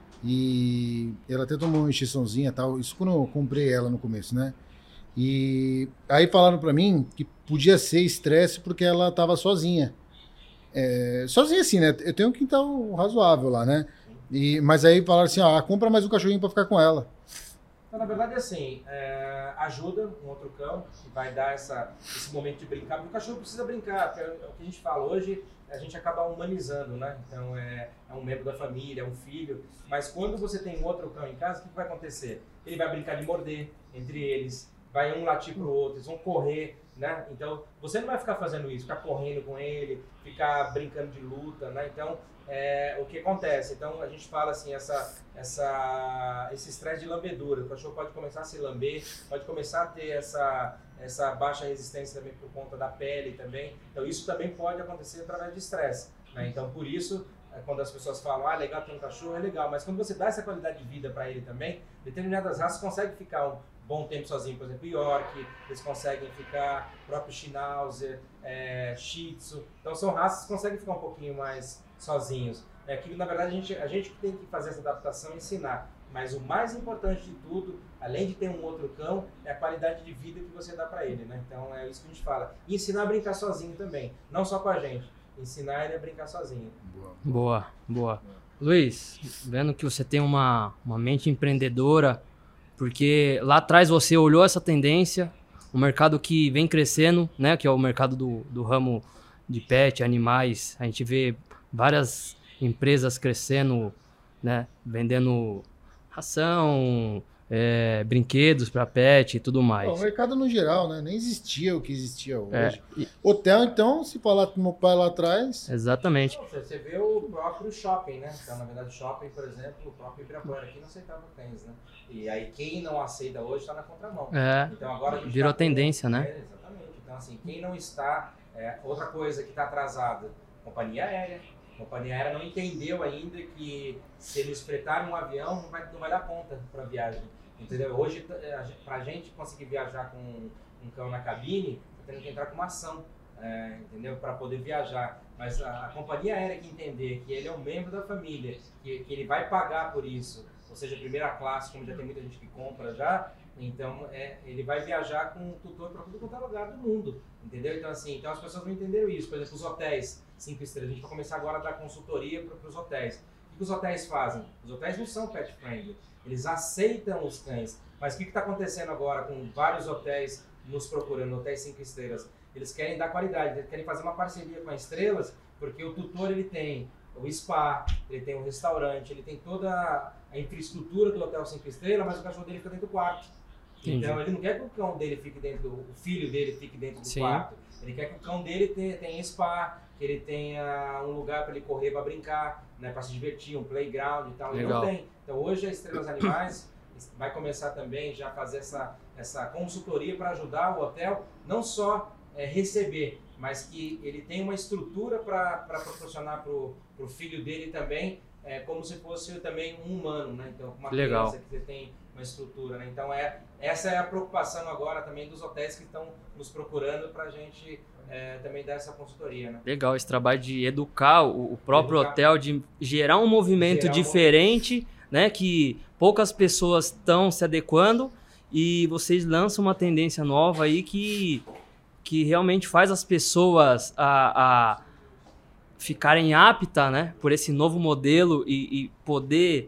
E ela até tomou uma injeçãozinha e tal, isso quando eu comprei ela no começo, né? E aí falaram pra mim que podia ser estresse porque ela tava sozinha. Sozinha assim, né? Eu tenho um quintal razoável lá, né? Mas aí falaram assim, compra mais um cachorrinho pra ficar com ela. Então, na verdade, assim, ajuda um outro cão que vai dar esse momento de brincar, porque o cachorro precisa brincar, porque é o que a gente fala. Hoje, a gente acaba humanizando, né? Então, é um membro da família, é um filho. Mas quando você tem um outro cão em casa, o que vai acontecer? Ele vai brincar de morder entre eles, vai um latir pro outro, eles vão correr, né? Então, você não vai ficar fazendo isso, ficar correndo com ele, ficar brincando de luta, né? Então, o que acontece? Então, a gente fala assim, esse estresse de lambedura. O cachorro pode começar a se lamber, pode começar a ter essa baixa resistência também por conta da pele também. Então, isso também pode acontecer através de estresse, né? Então, por isso, quando as pessoas falam, legal ter um cachorro, é legal. Mas quando você dá essa qualidade de vida para ele também, determinadas raças conseguem ficar um bom tempo sozinho, por exemplo, York, eles conseguem ficar, próprio Schnauzer, Shih Tzu. Então, são raças que conseguem ficar um pouquinho mais sozinhos. Que na verdade a gente tem que fazer essa adaptação e ensinar. Mas o mais importante de tudo, além de ter um outro cão, é a qualidade de vida que você dá para ele, né? Então é isso que a gente fala. E ensinar a brincar sozinho também, não só com a gente. Ensinar ele a brincar sozinho. Boa. Luiz, vendo que você tem uma mente empreendedora, porque lá atrás você olhou essa tendência, o mercado que vem crescendo, né? Que é o mercado do ramo de pet, animais. A gente vê várias empresas crescendo, né, vendendo ração, brinquedos para pet e tudo mais. O mercado no geral, né? Nem existia o que existia hoje. E- Hotel, então, se falar com meu pai lá atrás... Exatamente. Você vê o próprio shopping, né? Então, na verdade, o shopping, por exemplo, o próprio Ibirapuera aqui não aceitava cães, né? E aí quem não aceita hoje está na contramão. Então agora a gente Virou tá tendência, né? Exatamente. Então, assim, quem não está... outra coisa que está atrasada, companhia aérea. A companhia aérea não entendeu ainda que se eles fretarem um avião, não vai dar conta para a viagem. Entendeu? Hoje, para a gente conseguir viajar com um cão na cabine, tá tendo que entrar com uma ação, entendeu? Para poder viajar. Mas a companhia aérea que entender que ele é um membro da família, que ele vai pagar por isso, ou seja, primeira classe, como já tem muita gente que compra já, então ele vai viajar com um tutor para tudo quanto é lugar do mundo, entendeu? Então, assim, as pessoas não entenderam isso. Por exemplo, os hotéis 5 estrelas, a gente vai começar agora a dar consultoria para os hotéis. O que os hotéis fazem? Os hotéis não são pet friendly, eles aceitam os cães. Mas o que está acontecendo agora com vários hotéis nos procurando, hotéis 5 estrelas? Eles querem dar qualidade, eles querem fazer uma parceria com a Estrelas, porque o tutor ele tem o spa, ele tem um restaurante, ele tem toda a infraestrutura do hotel 5 estrelas, mas o cachorro dele fica dentro do quarto. Entendi. Então ele não quer que o cão dele fique dentro, o filho dele fique dentro do Sim. quarto. Ele quer que o cão dele tenha spa, que ele tenha um lugar para ele correr, para brincar, né, para se divertir, um playground e tal. Legal. Ele não tem. Então hoje a Estrelas Animais vai começar também já a fazer essa consultoria para ajudar o hotel, não só receber, mas que ele tem uma estrutura para proporcionar para o filho dele também, como se fosse também um humano, né? Então, uma Legal. criança que você tem uma estrutura, né? Então, essa é a preocupação agora também dos hotéis que estão nos procurando para a gente também dar essa consultoria, né? Legal, esse trabalho de educar o próprio hotel, de gerar um movimento diferente, né? Que poucas pessoas estão se adequando e vocês lançam uma tendência nova aí que realmente faz as pessoas a ficarem aptas, né, por esse novo modelo e poder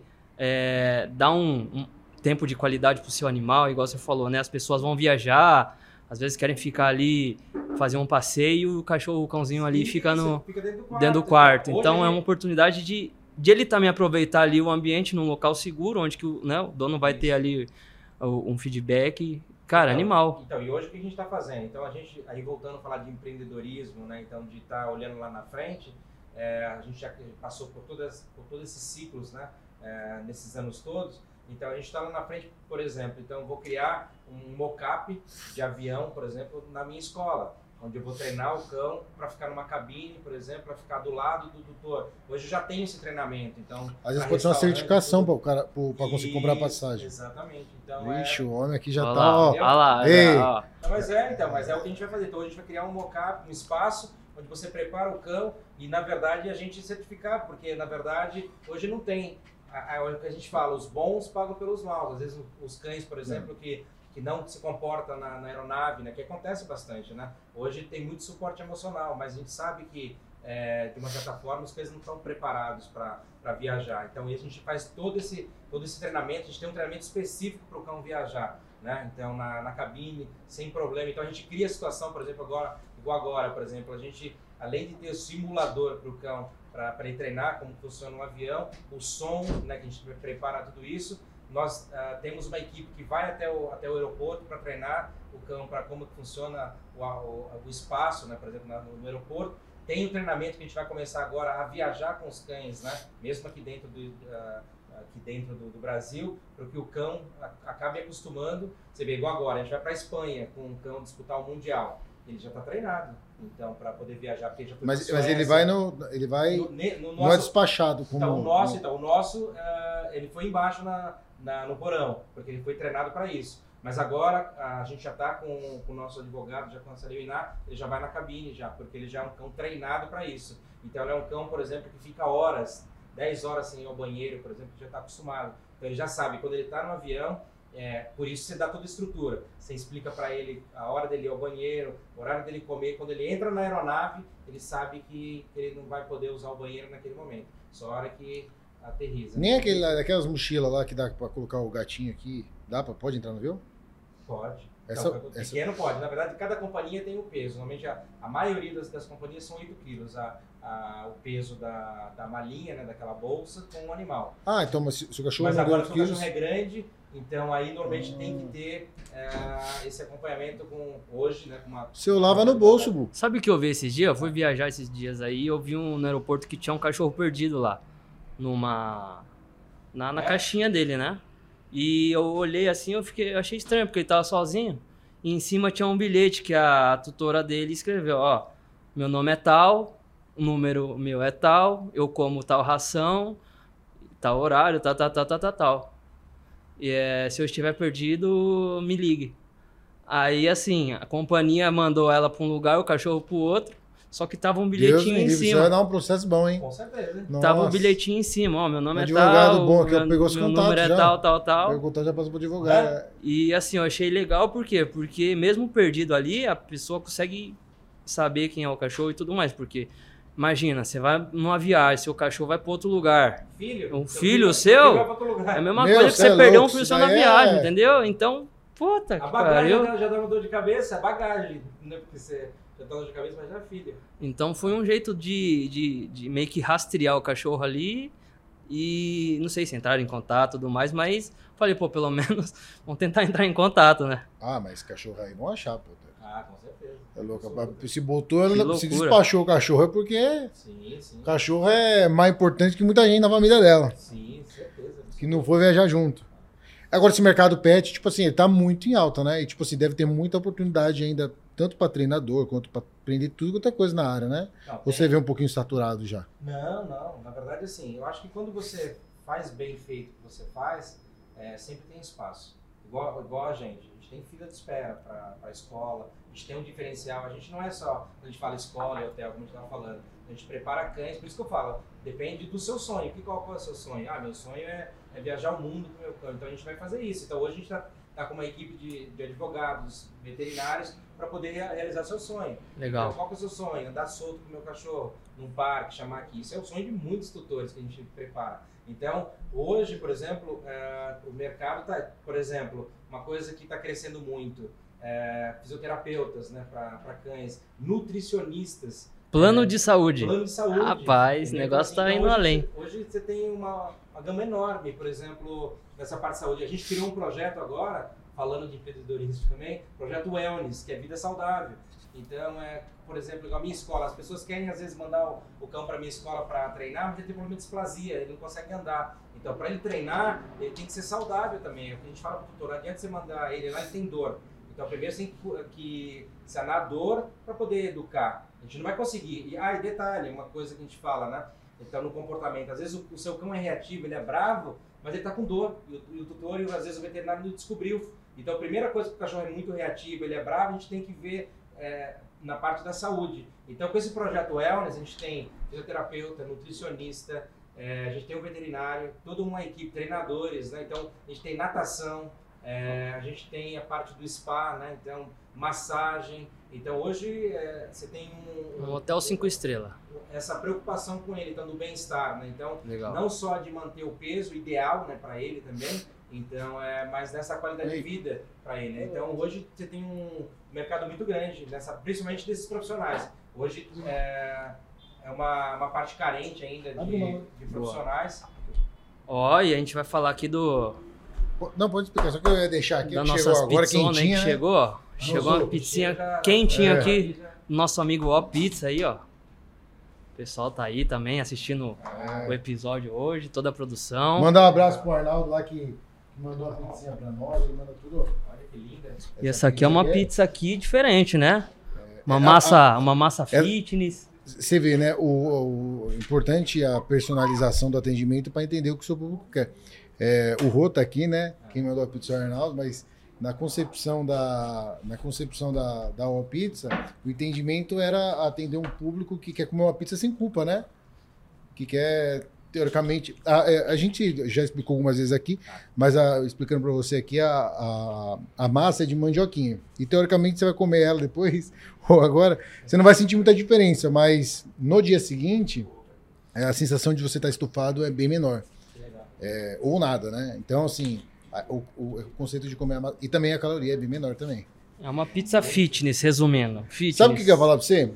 dar um tempo de qualidade para o seu animal, igual você falou, né? As pessoas vão viajar, às vezes querem ficar ali, fazer um passeio, o cãozinho ali fica dentro do quarto. Então é uma oportunidade de ele também aproveitar ali o ambiente num local seguro, onde que o dono vai ter ali um feedback. Cara, animal. Então, e hoje o que a gente está fazendo? Então, aí voltando a falar de empreendedorismo, né? Então, de estar olhando lá na frente, a gente já passou por todos esses ciclos, né? Nesses anos todos. Então, a gente está lá na frente, por exemplo, então eu vou criar um mock-up de avião, por exemplo, na minha escola, onde eu vou treinar o cão para ficar numa cabine, por exemplo, para ficar do lado do tutor. Hoje eu já tenho esse treinamento, então... Às vezes pode ser uma certificação para conseguir comprar a passagem. Exatamente. Então, Vixe, o homem aqui já Olha tá, lá, ó. olha lá, Ei. ó. Mas é o que a gente vai fazer. Então, a gente vai criar um mock-up, um espaço onde você prepara o cão e, na verdade, a gente certificar, porque, na verdade, hoje não tem... O que a gente fala, os bons pagam pelos maus. Às vezes, os cães, por exemplo, que não se comportam na aeronave, né, que acontece bastante, né? Hoje tem muito suporte emocional, mas a gente sabe que, de uma certa forma, os cães não estão preparados para viajar. Então, a gente faz todo esse treinamento, a gente tem um treinamento específico para o cão viajar, né? Então, na cabine, sem problema. Então, a gente cria a situação, por exemplo, igual agora, por exemplo, a gente, além de ter o simulador para o cão, para ele treinar como funciona um avião, o som, né, que a gente prepara tudo isso, nós temos uma equipe que vai até o aeroporto para treinar o cão, para como funciona o espaço, né, por exemplo, no aeroporto. Tem um treinamento que a gente vai começar agora a viajar com os cães, né, mesmo aqui dentro do Brasil, para que o cão acabe acostumando. Você vê, igual agora, a gente vai para a Espanha com o cão disputar o Mundial. Ele já está treinado, então, para poder viajar, porque ele já foi Mas ele vai não é despachado como... Então, o nosso ele foi embaixo no porão, porque ele foi treinado para isso. Mas agora a gente já está com o nosso advogado, já com a Iná, ele já vai na cabine já, porque ele já é um cão treinado para isso. Então ele é um cão, por exemplo, que fica 10 horas sem ir ao banheiro, por exemplo, que já está acostumado. Então ele já sabe, quando ele está no avião, por isso você dá toda a estrutura. Você explica para ele a hora dele ir ao banheiro, o horário dele comer. Quando ele entra na aeronave, ele sabe que ele não vai poder usar o banheiro naquele momento. Só a hora que aterriza. Nem aquelas mochilas lá que dá para colocar o gatinho aqui, pode entrar no avião? Pode. Pequeno pode. Na verdade, cada companhia tem um peso. Normalmente, a maioria das companhias são 8 quilos. O peso da malinha, né, daquela bolsa, com o animal. Então mas se o cachorro Mas não agora, deu se o 8 cachorro quilos... é grande, então aí normalmente tem que ter esse acompanhamento hoje, né, com uma... Você lava no bolso, Bu. Sabe o que eu vi esses dias? Eu fui viajar esses dias aí e eu vi no aeroporto que tinha um cachorro perdido lá. Na caixinha dele, né? E eu olhei assim, eu achei estranho, porque ele tava sozinho. E em cima tinha um bilhete que a tutora dele escreveu, ó, meu nome é tal, o número meu é tal, eu como tal ração, tal horário, tal. E se eu estiver perdido, me ligue. Aí, assim, a companhia mandou ela para um lugar, o cachorro para o outro, só que tava um bilhetinho em cima. Isso vai dar um processo bom, hein? Com certeza. Tava um bilhetinho em cima, ó, meu nome é advogado tal, bom, que pegou os meu contatos número é já. tal. Pegou o contato, já passou pro advogado. E assim, eu achei legal, por quê? Porque mesmo perdido ali, a pessoa consegue saber quem é o cachorro e tudo mais, porque... Imagina, você vai numa viagem, seu cachorro vai para outro lugar. Filho seu, vai pra outro lugar. é a mesma coisa que você perder um filho seu na viagem, entendeu? Então, puta, a bagagem já dá uma dor de cabeça, a bagagem, não é porque você já tá dor de cabeça, mas já é filho. Então foi um jeito de meio que rastrear o cachorro ali e não sei se entraram em contato e tudo mais, mas falei, pô, pelo menos vamos tentar entrar em contato, né? Mas esse cachorro aí vão achar, pô. Com certeza. É louco. Se botou, se despachou o cachorro é porque o cachorro é mais importante que muita gente na família dela. Sim, certeza. Que não foi viajar junto. Agora, esse mercado pet, tipo assim, ele tá muito em alta, né? E, tipo assim, deve ter muita oportunidade ainda, tanto para treinador, quanto para aprender tudo quanto é coisa na área, né? Você vê um pouquinho saturado já? Não. Na verdade, assim, eu acho que quando você faz bem feito o que você faz, sempre tem espaço. Igual a gente tem fila de espera para a escola, a gente tem um diferencial, a gente não é só, quando a gente fala escola e hotel, como a gente estava falando, a gente prepara cães, por isso que eu falo, depende do seu sonho. Qual é o seu sonho? Meu sonho é viajar o mundo com o meu cão, então a gente vai fazer isso. Então hoje a gente está com uma equipe de advogados, veterinários, para poder realizar seu sonho. Legal. Então, qual que é o seu sonho? Andar solto com o meu cachorro, num parque, chamar aqui. Isso é o sonho de muitos tutores que a gente prepara. Então, hoje, por exemplo, o mercado está, por exemplo, uma coisa que está crescendo muito, fisioterapeutas, né, para cães, nutricionistas. Plano de saúde. Plano de saúde. Rapaz, o negócio está indo além. Hoje você tem uma gama enorme, por exemplo, nessa parte de saúde. A gente criou um projeto agora, falando de empreendedorismo também, projeto Wellness, que é vida saudável. Então, por exemplo, a minha escola, as pessoas querem às vezes mandar o cão para a minha escola para treinar, mas ele tem problema de displasia, ele não consegue andar. Então, para ele treinar, ele tem que ser saudável também. É o que a gente fala para o tutor, não adianta você mandar ele lá, ele tem dor. Então, primeiro você tem que sanar a dor para poder educar. A gente não vai conseguir. E detalhe, uma coisa que a gente fala, né? Então, no comportamento, às vezes o seu cão é reativo, ele é bravo, mas ele está com dor. E o tutor, às vezes o veterinário não descobriu. Então, a primeira coisa que o cachorro é muito reativo, ele é bravo, a gente tem que ver na parte da saúde. Então, com esse projeto Wellness, a gente tem fisioterapeuta, nutricionista, a gente tem um veterinário, toda uma equipe, treinadores, né? Então, a gente tem natação, a gente tem a parte do spa, né? Então, massagem. Então, hoje, você tem um hotel 5 estrelas. Essa preocupação com ele, então, do bem-estar, né? Então, legal. Não só de manter o peso ideal, né, para ele também, então, mas nessa qualidade de vida para ele. Né? Então, hoje você tem um mercado muito grande, principalmente desses profissionais. Hoje é uma parte carente ainda de profissionais. E a gente vai falar aqui Não, pode explicar, só que eu ia deixar aqui. Da que nossa agora quentinha, né? Chegou uma pizzinha quentinha aqui. Nosso amigo Pizza aí, ó. O pessoal tá aí também assistindo o episódio hoje, toda a produção. Mandar um abraço pro Arnaldo lá que mandou a pizzinha pra nós, ele manda tudo. Olha que linda. E essa aqui é uma pizza aqui diferente, né? Uma massa fitness. Você vê, né? O importante é a personalização do atendimento para entender o que o seu público quer. O Rô tá aqui, né? Quem mandou a pizza é o Arnaldo, mas na concepção da All Pizza, o entendimento era atender um público que quer comer uma pizza sem culpa, né? Que quer, teoricamente... A gente já explicou algumas vezes aqui, mas explicando para você aqui, a massa é de mandioquinha. E teoricamente você vai comer ela depois, ou agora, você não vai sentir muita diferença, mas no dia seguinte, a sensação de você estar estufado é bem menor. Ou nada, né? Então, assim... o conceito de comer e também a caloria é bem menor também. É uma pizza fitness, resumindo. Fitness. Sabe o que eu ia falar pra você?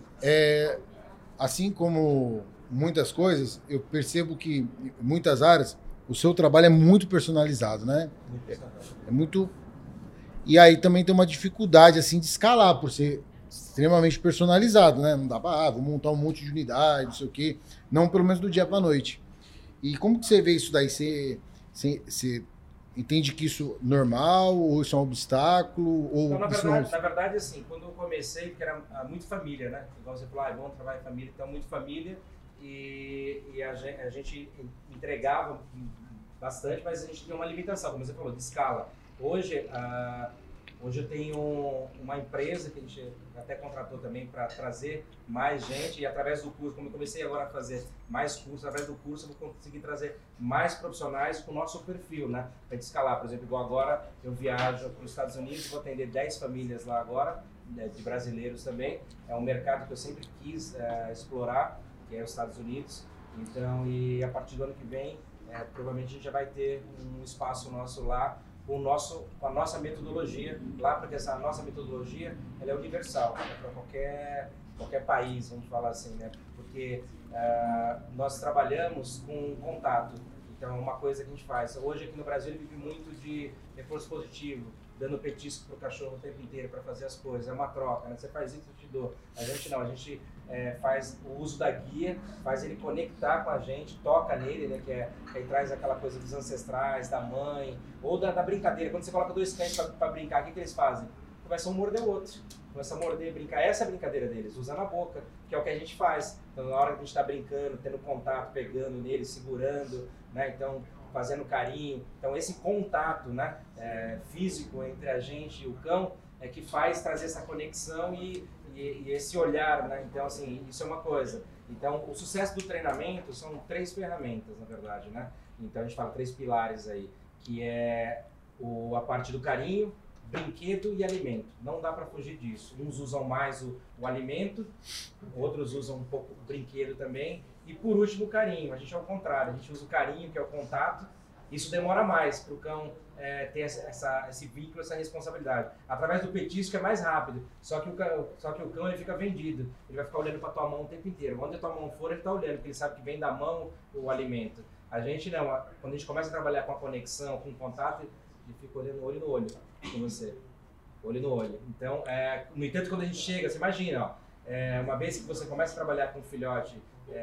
Assim como muitas coisas, eu percebo que em muitas áreas o seu trabalho é muito personalizado, né? É muito... E aí também tem uma dificuldade assim de escalar, por ser extremamente personalizado, né? Não dá pra, vou montar um monte de unidade, não sei o quê. Não pelo menos do dia pra noite. E como que você vê isso daí? Você entende que isso é normal, ou isso é um obstáculo? Ou Então, na isso verdade, assim, quando eu comecei, porque era muito família, né? Igual você falou, é bom trabalhar em família, então muito família. E a gente entregava bastante, mas a gente tinha uma limitação, como você falou, de escala. Hoje eu tenho uma empresa que a gente até contratou também para trazer mais gente, e através do curso, como eu comecei agora a fazer mais cursos, através do curso eu vou conseguir trazer mais profissionais com o nosso perfil, né? Para escalar, por exemplo, igual agora eu viajo para os Estados Unidos, vou atender 10 famílias lá agora, de brasileiros também. É um mercado que eu sempre quis explorar, que é os Estados Unidos. Então, e a partir do ano que vem, provavelmente a gente já vai ter um espaço nosso lá, com a nossa metodologia lá, porque essa nossa metodologia ela é universal, para qualquer país, vamos falar assim, né? Porque nós trabalhamos com contato. Então, uma coisa que a gente faz. Hoje aqui no Brasil ele vive muito de reforço positivo, dando petisco pro cachorro o tempo inteiro para fazer as coisas. É uma troca, né? Você faz isso, eu te dou. A gente não, a gente faz o uso da guia, faz ele conectar com a gente, toca nele, né? Que aí traz aquela coisa dos ancestrais, da mãe, ou da brincadeira. Quando você coloca dois cães para brincar, o que eles fazem? Começam a morder o outro. Começa a morder, brincar. Essa é a brincadeira deles, usa na boca, que é o que a gente faz. Então, na hora que a gente está brincando, tendo contato, pegando nele, segurando, né? Então, fazendo carinho. Então, esse contato, né, físico entre a gente e o cão é que faz trazer essa conexão e esse olhar, né? Então, assim, isso é uma coisa. Então, o sucesso do treinamento são 3 ferramentas, na verdade, né? Então, a gente fala 3 pilares aí, que é a parte do carinho, brinquedo e alimento. Não dá para fugir disso. Uns usam mais o alimento, outros usam um pouco o brinquedo também. E por último, o carinho. A gente é o contrário. A gente usa o carinho, que é o contato. Isso demora mais para o cão ter esse vínculo, essa responsabilidade. Através do petisco é mais rápido. Só que o cão ele fica vendido. Ele vai ficar olhando para tua mão o tempo inteiro. Onde a tua mão for, ele está olhando, porque ele sabe que vem da mão o alimento. A gente não. Quando a gente começa a trabalhar com a conexão, com o contato, ele fica olhando olho no olho com você. Olho no olho. Então, no entanto, quando a gente chega, você imagina, ó, uma vez que você começa a trabalhar com um filhote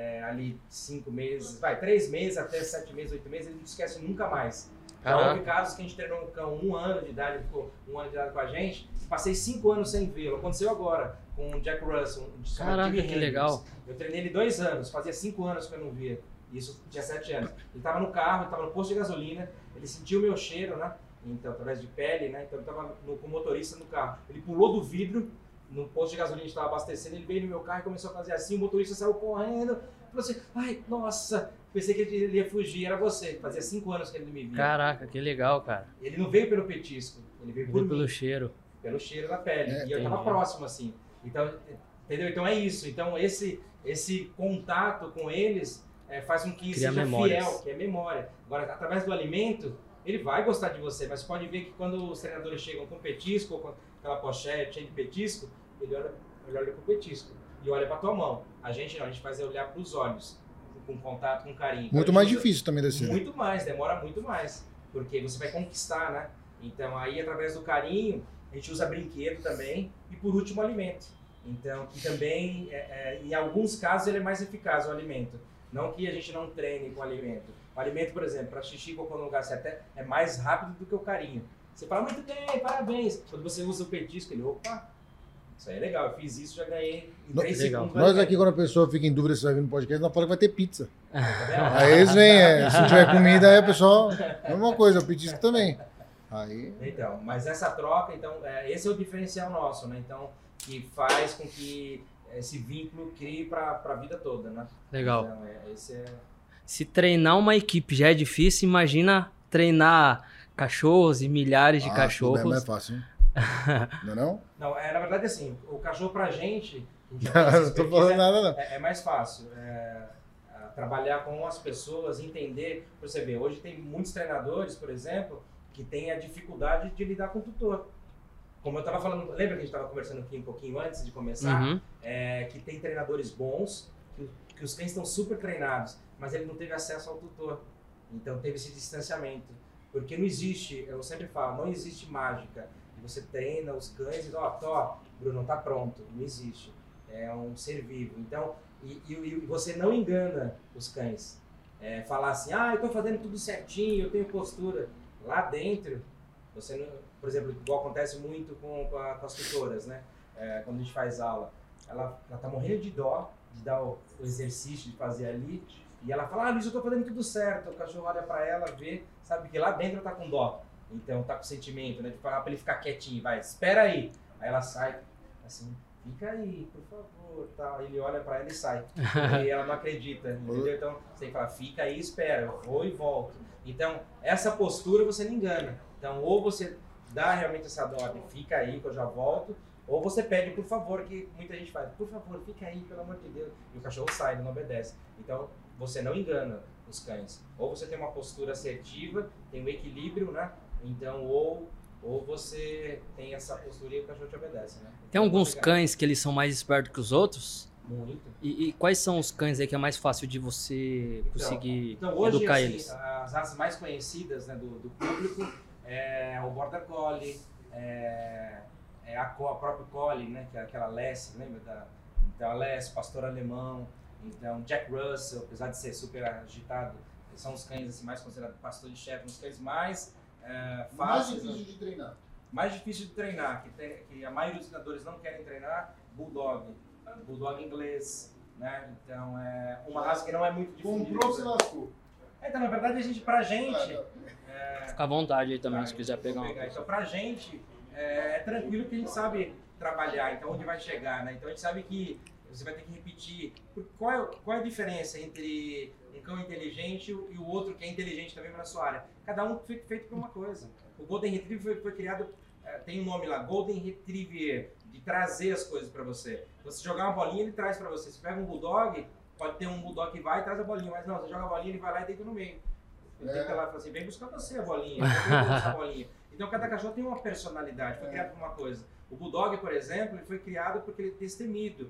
ali 5 meses, 3 meses até 7 meses, 8 meses, ele não esquece nunca mais. Já houve casos que a gente treinou um cão 1 ano de idade, ficou 1 ano de idade com a gente, passei 5 anos sem vê-lo. Aconteceu agora com o Jack Russell, Caraca, que legal. Eu treinei ele 2 anos, fazia 5 anos que eu não via. Isso tinha 7 anos. Ele estava no carro, ele estava no posto de gasolina, ele sentiu o meu cheiro, né? Então, através de pele, né? Então, eu estava com o motorista no carro. Ele pulou do vidro, no posto de gasolina, a gente estava abastecendo, ele veio no meu carro e começou a fazer assim, o motorista saiu correndo, falou assim, ai, nossa, pensei que ele ia fugir, era você. Fazia 5 anos que ele não me via. Caraca, que legal, cara. Ele não veio pelo petisco, ele veio pelo cheiro. Pelo cheiro da pele. E eu estava próximo, assim. Então, entendeu? Então é isso. Então, esse contato com eles faz com que seja fiel, que é memória. Agora, através do alimento, ele vai gostar de você, mas pode ver que quando os treinadores chegam com petisco, ou com aquela pochete cheia de petisco, ele olha pro petisco e olha pra tua mão. A gente não, a gente faz olhar pros olhos, com contato, com carinho. Muito mais difícil também desse. Muito mais, demora muito mais, porque você vai conquistar, né? Então aí, através do carinho, a gente usa brinquedo também e por último, alimento. Então, que também, em alguns casos, ele é mais eficaz, o alimento. Não que a gente não treine com alimento. O alimento, por exemplo, para xixi, cocô no lugar certo, é mais rápido do que o carinho. Você fala, muito bem, parabéns. Quando você usa o petisco, ele, opa, isso aí é legal, eu fiz isso, já ganhei em 3 segundos. Nós aqui, quando a pessoa fica em dúvida se vai vir no podcast, nós falamos que vai ter pizza. Aí eles vêm, se tiver comida, aí o pessoal, é uma coisa, o petisco também. Aí... Então, mas essa troca, então, esse é o diferencial nosso, né? Então, que faz com que esse vínculo crie para a vida toda, né? Legal. Então, Se treinar uma equipe já é difícil, imagina treinar cachorros e milhares de cachorros. Não é mais fácil, hein? Não é não? Não, na verdade, assim, o cachorro pra gente... Não tô falando nada, não. É mais fácil. Trabalhar com as pessoas, entender... Você vê, hoje tem muitos treinadores, por exemplo, que tem a dificuldade de lidar com o tutor. Como eu estava falando, lembra que a gente estava conversando aqui um pouquinho antes de começar? Que tem treinadores bons, que os cães estão super treinados, mas ele não teve acesso ao tutor. Então teve esse distanciamento. Porque não existe, eu sempre falo, não existe mágica. Você treina os cães e Bruno, tá pronto. Não existe. É um ser vivo. Então, e você não engana os cães. Falar assim, eu tô fazendo tudo certinho, eu tenho postura. Lá dentro, você não, por exemplo, igual acontece muito com as tutoras, né? Quando a gente faz aula, ela tá morrendo de dó de dar o exercício de fazer ali. E ela fala, Luiz, eu tô fazendo tudo certo. O cachorro olha pra ela, vê, sabe que lá dentro ela tá com dó. Então tá com sentimento, né? De falar pra ele ficar quietinho, vai, espera aí. Aí ela sai, assim, fica aí, por favor, tal. Ele olha pra ela e sai. E ela não acredita, entendeu? Então você tem que falar, fica aí, espera, eu vou e volto. Então, essa postura você não engana. Então, ou você dá realmente essa ordem, fica aí que eu já volto, ou você pede, por favor, que muita gente faz, por favor, fica aí, pelo amor de Deus. E o cachorro sai, ele não obedece. Então, você não engana os cães. Ou você tem uma postura assertiva, tem um equilíbrio, né? Então, ou você tem essa postura e o cachorro te obedece, né? Tem alguns cães que eles são mais espertos que os outros? Muito. E quais são os cães aí que é mais fácil de você conseguir hoje, educar assim, eles? As raças mais conhecidas, né, do público é o Border Collie, a própria Collie, né, que é aquela Lassie, lembra da Lassie, Pastor Alemão, então Jack Russell, apesar de ser super agitado, são os cães assim, mais considerados pastor de chefe, os cães mais fáceis. Mais difícil de treinar. Mais difícil de treinar, que a maioria dos treinadores não querem treinar, Bulldog inglês, né? Então é uma raça que não é muito difícil. Comprou, se lascou. Então, na verdade, pra gente... Fica à vontade aí também, se quiser pegar uma. Então, pra gente, é tranquilo que a gente sabe trabalhar, então onde vai chegar, né? Então a gente sabe que você vai ter que repetir. Qual é a diferença entre um cão inteligente e o outro que é inteligente também na sua área? Cada um foi feito por uma coisa. O Golden Retriever foi criado, tem um nome lá, Golden Retriever, de trazer as coisas para você. Você jogar uma bolinha, ele traz para você. Você pega um Bulldog, pode ter um Bulldog que vai e traz a bolinha, mas não, você joga a bolinha, ele vai lá e deita no meio. Ele deita lá e fala assim, vem buscar você a bolinha, vem buscar a bolinha. Então cada cachorro tem uma personalidade, foi criado por uma coisa. O Bulldog, por exemplo, ele foi criado porque ele é destemido.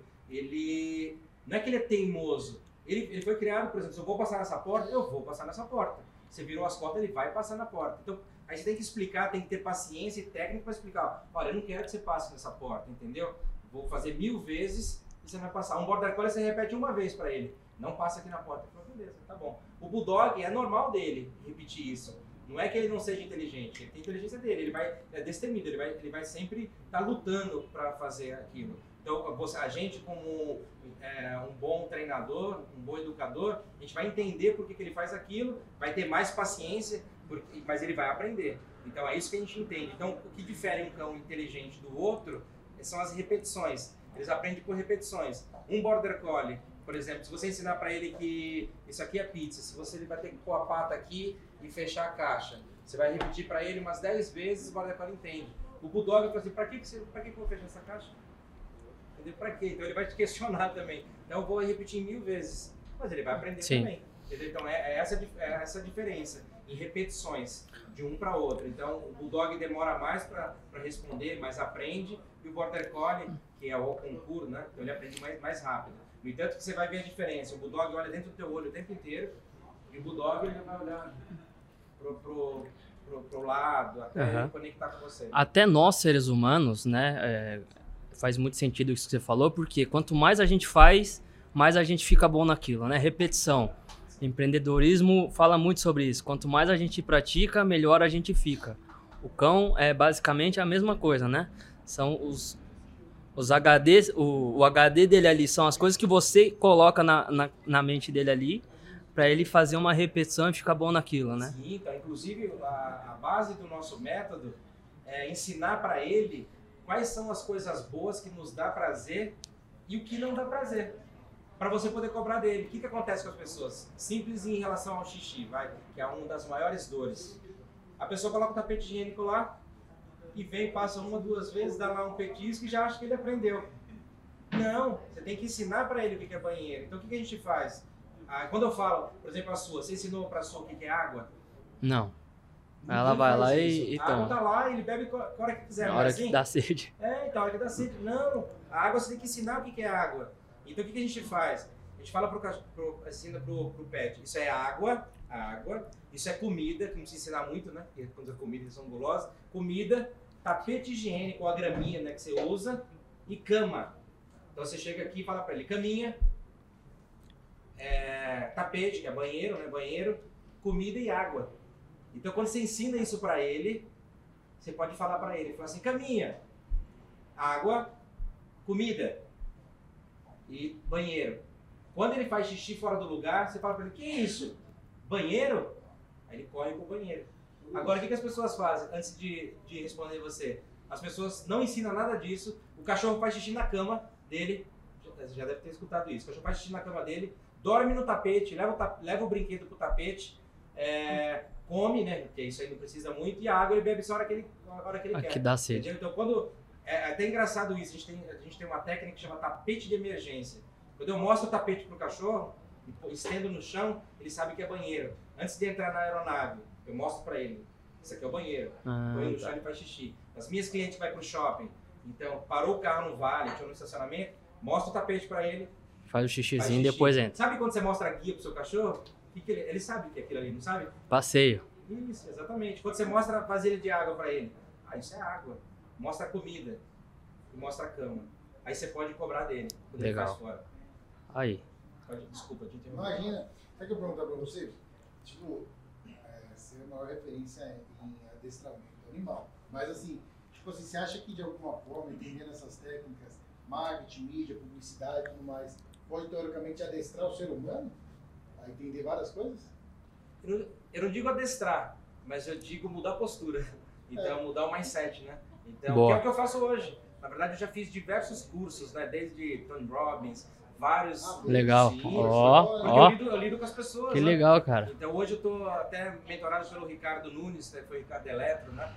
Ele não é que ele é teimoso. Ele foi criado, por exemplo, se eu vou passar nessa porta, eu vou passar nessa porta. Você virou as costas, ele vai passar na porta. Então, aí você tem que explicar, tem que ter paciência e técnica para explicar. Olha, eu não quero que você passe nessa porta, entendeu? Vou fazer 1000 vezes e você vai passar. Um Border Collie você repete uma vez para ele. Não passa aqui na porta. Eu falo, beleza, tá bom. O Bulldog, é normal dele repetir isso. Não é que ele não seja inteligente, ele tem a inteligência dele, ele é destemido, ele vai sempre estar lutando para fazer aquilo. Então, a gente como um bom treinador, um bom educador, a gente vai entender por que ele faz aquilo, vai ter mais paciência, mas ele vai aprender. Então, é isso que a gente entende. Então, o que difere um cão inteligente do outro são as repetições. Eles aprendem por repetições. Um Border Collie, por exemplo, se você ensinar para ele que isso aqui é pizza, ele vai ter que pôr a pata aqui e fechar a caixa. Você vai repetir para ele umas 10 vezes, o Border Collie entende. O Bulldog fala assim, para que eu vou fechar essa caixa? Entendeu? Para quê? Então ele vai te questionar também. Então eu vou repetir 1000 vezes, mas ele vai aprender também. Entendeu? Então essa diferença em repetições de um para outro. Então o Bulldog demora mais para responder, mas aprende, e o Border Collie, que é o concurso, né? Então ele aprende mais rápido. No entanto, que você vai ver a diferença. O Bulldog olha dentro do teu olho o tempo inteiro, e o Bulldog ele vai olhar pro lado, até ele conectar com você. Até nós, seres humanos, né, faz muito sentido isso que você falou, porque quanto mais a gente faz, mais a gente fica bom naquilo, né? Repetição. Empreendedorismo fala muito sobre isso. Quanto mais a gente pratica, melhor a gente fica. O cão é basicamente a mesma coisa, né? São os HDs, o HD dele ali são as coisas que você coloca na mente dele ali, para ele fazer uma repetição e ficar bom naquilo, né? Sim, então, inclusive a base do nosso método é ensinar para ele quais são as coisas boas que nos dá prazer e o que não dá prazer, para você poder cobrar dele. O que acontece com as pessoas? Simples em relação ao xixi, que é uma das maiores dores. A pessoa coloca o tapete higiênico lá e vem, passa 1 ou 2 vezes, dá lá um petisco e já acha que ele aprendeu. Não, você tem que ensinar para ele o que é banheiro. Então o que a gente faz? Quando eu falo, por exemplo, você ensinou para a sua o que é água? Não. Ela vai lá faz isso. e A água toma. tá lá, ele bebe a hora que quiser. Na não é hora assim? que dá sede. Então a hora que dá sede. Não, a água você tem que ensinar o que é água. Então o que a gente faz? A gente fala ensina pro pet. Isso é água. Isso é comida, que não precisa ensinar muito, né? Porque quando é comida eles são gulosos. Comida, tapete higiênico, ou a graminha, né, que você usa, e cama. Então você chega aqui e fala pra ele, caminha, tapete, que é banheiro, né? Banheiro, comida e água. Então quando você ensina isso pra ele, você pode falar pra ele, fala assim, caminha, água, comida e banheiro. Quando ele faz xixi fora do lugar, você fala pra ele, que é isso? Banheiro? Aí ele corre pro banheiro. Agora, o que as pessoas fazem antes de responder você? As pessoas não ensinam nada disso. O cachorro faz xixi na cama dele. Já deve ter escutado isso. O cachorro faz xixi na cama dele, dorme no tapete, leva o brinquedo pro tapete, come, né? Porque isso aí não precisa muito. E a água ele bebe só a hora que ele quer. Aqui dá sede. Entendeu? Então, quando... É até engraçado isso. A gente tem uma técnica que chama tapete de emergência. Quando eu mostro o tapete pro cachorro, estendo no chão, ele sabe que é banheiro. Antes de entrar na aeronave, eu mostro pra ele. Isso aqui é o banheiro. Põe no chão e faz xixi. As minhas clientes vão pro shopping. Então, parou o carro no vale, ou no estacionamento, mostra o tapete pra ele. Faz o xixizinho e depois entra. Sabe quando você mostra a guia pro seu cachorro? Ele sabe o que é aquilo ali, não sabe? Passeio. Isso, exatamente. Quando você mostra a vasilha de água pra ele, isso é água. Mostra a comida. E mostra a cama. Aí você pode cobrar dele. Quando Legal. ele faz fora. Aí. Desculpa, te interromper. Imagina, sabe o que eu perguntar pra você? Tipo, você é a maior referência em adestramento animal. Mas assim, tipo assim, você acha que de alguma forma, entendendo essas técnicas, marketing, mídia, publicidade e tudo mais, pode teoricamente adestrar o ser humano a entender várias coisas? Eu não digo adestrar, mas eu digo mudar a postura. Então, mudar o mindset, né? Então, Boa. que é o que eu faço hoje. Na verdade, eu já fiz diversos cursos, né? Desde Tony Robbins, vários... Legal. Sim, Ó. porque eu lido com as pessoas. Que né? legal, cara. Então, hoje eu tô até mentorado pelo Ricardo Nunes, que foi o Ricardo Eletro, né?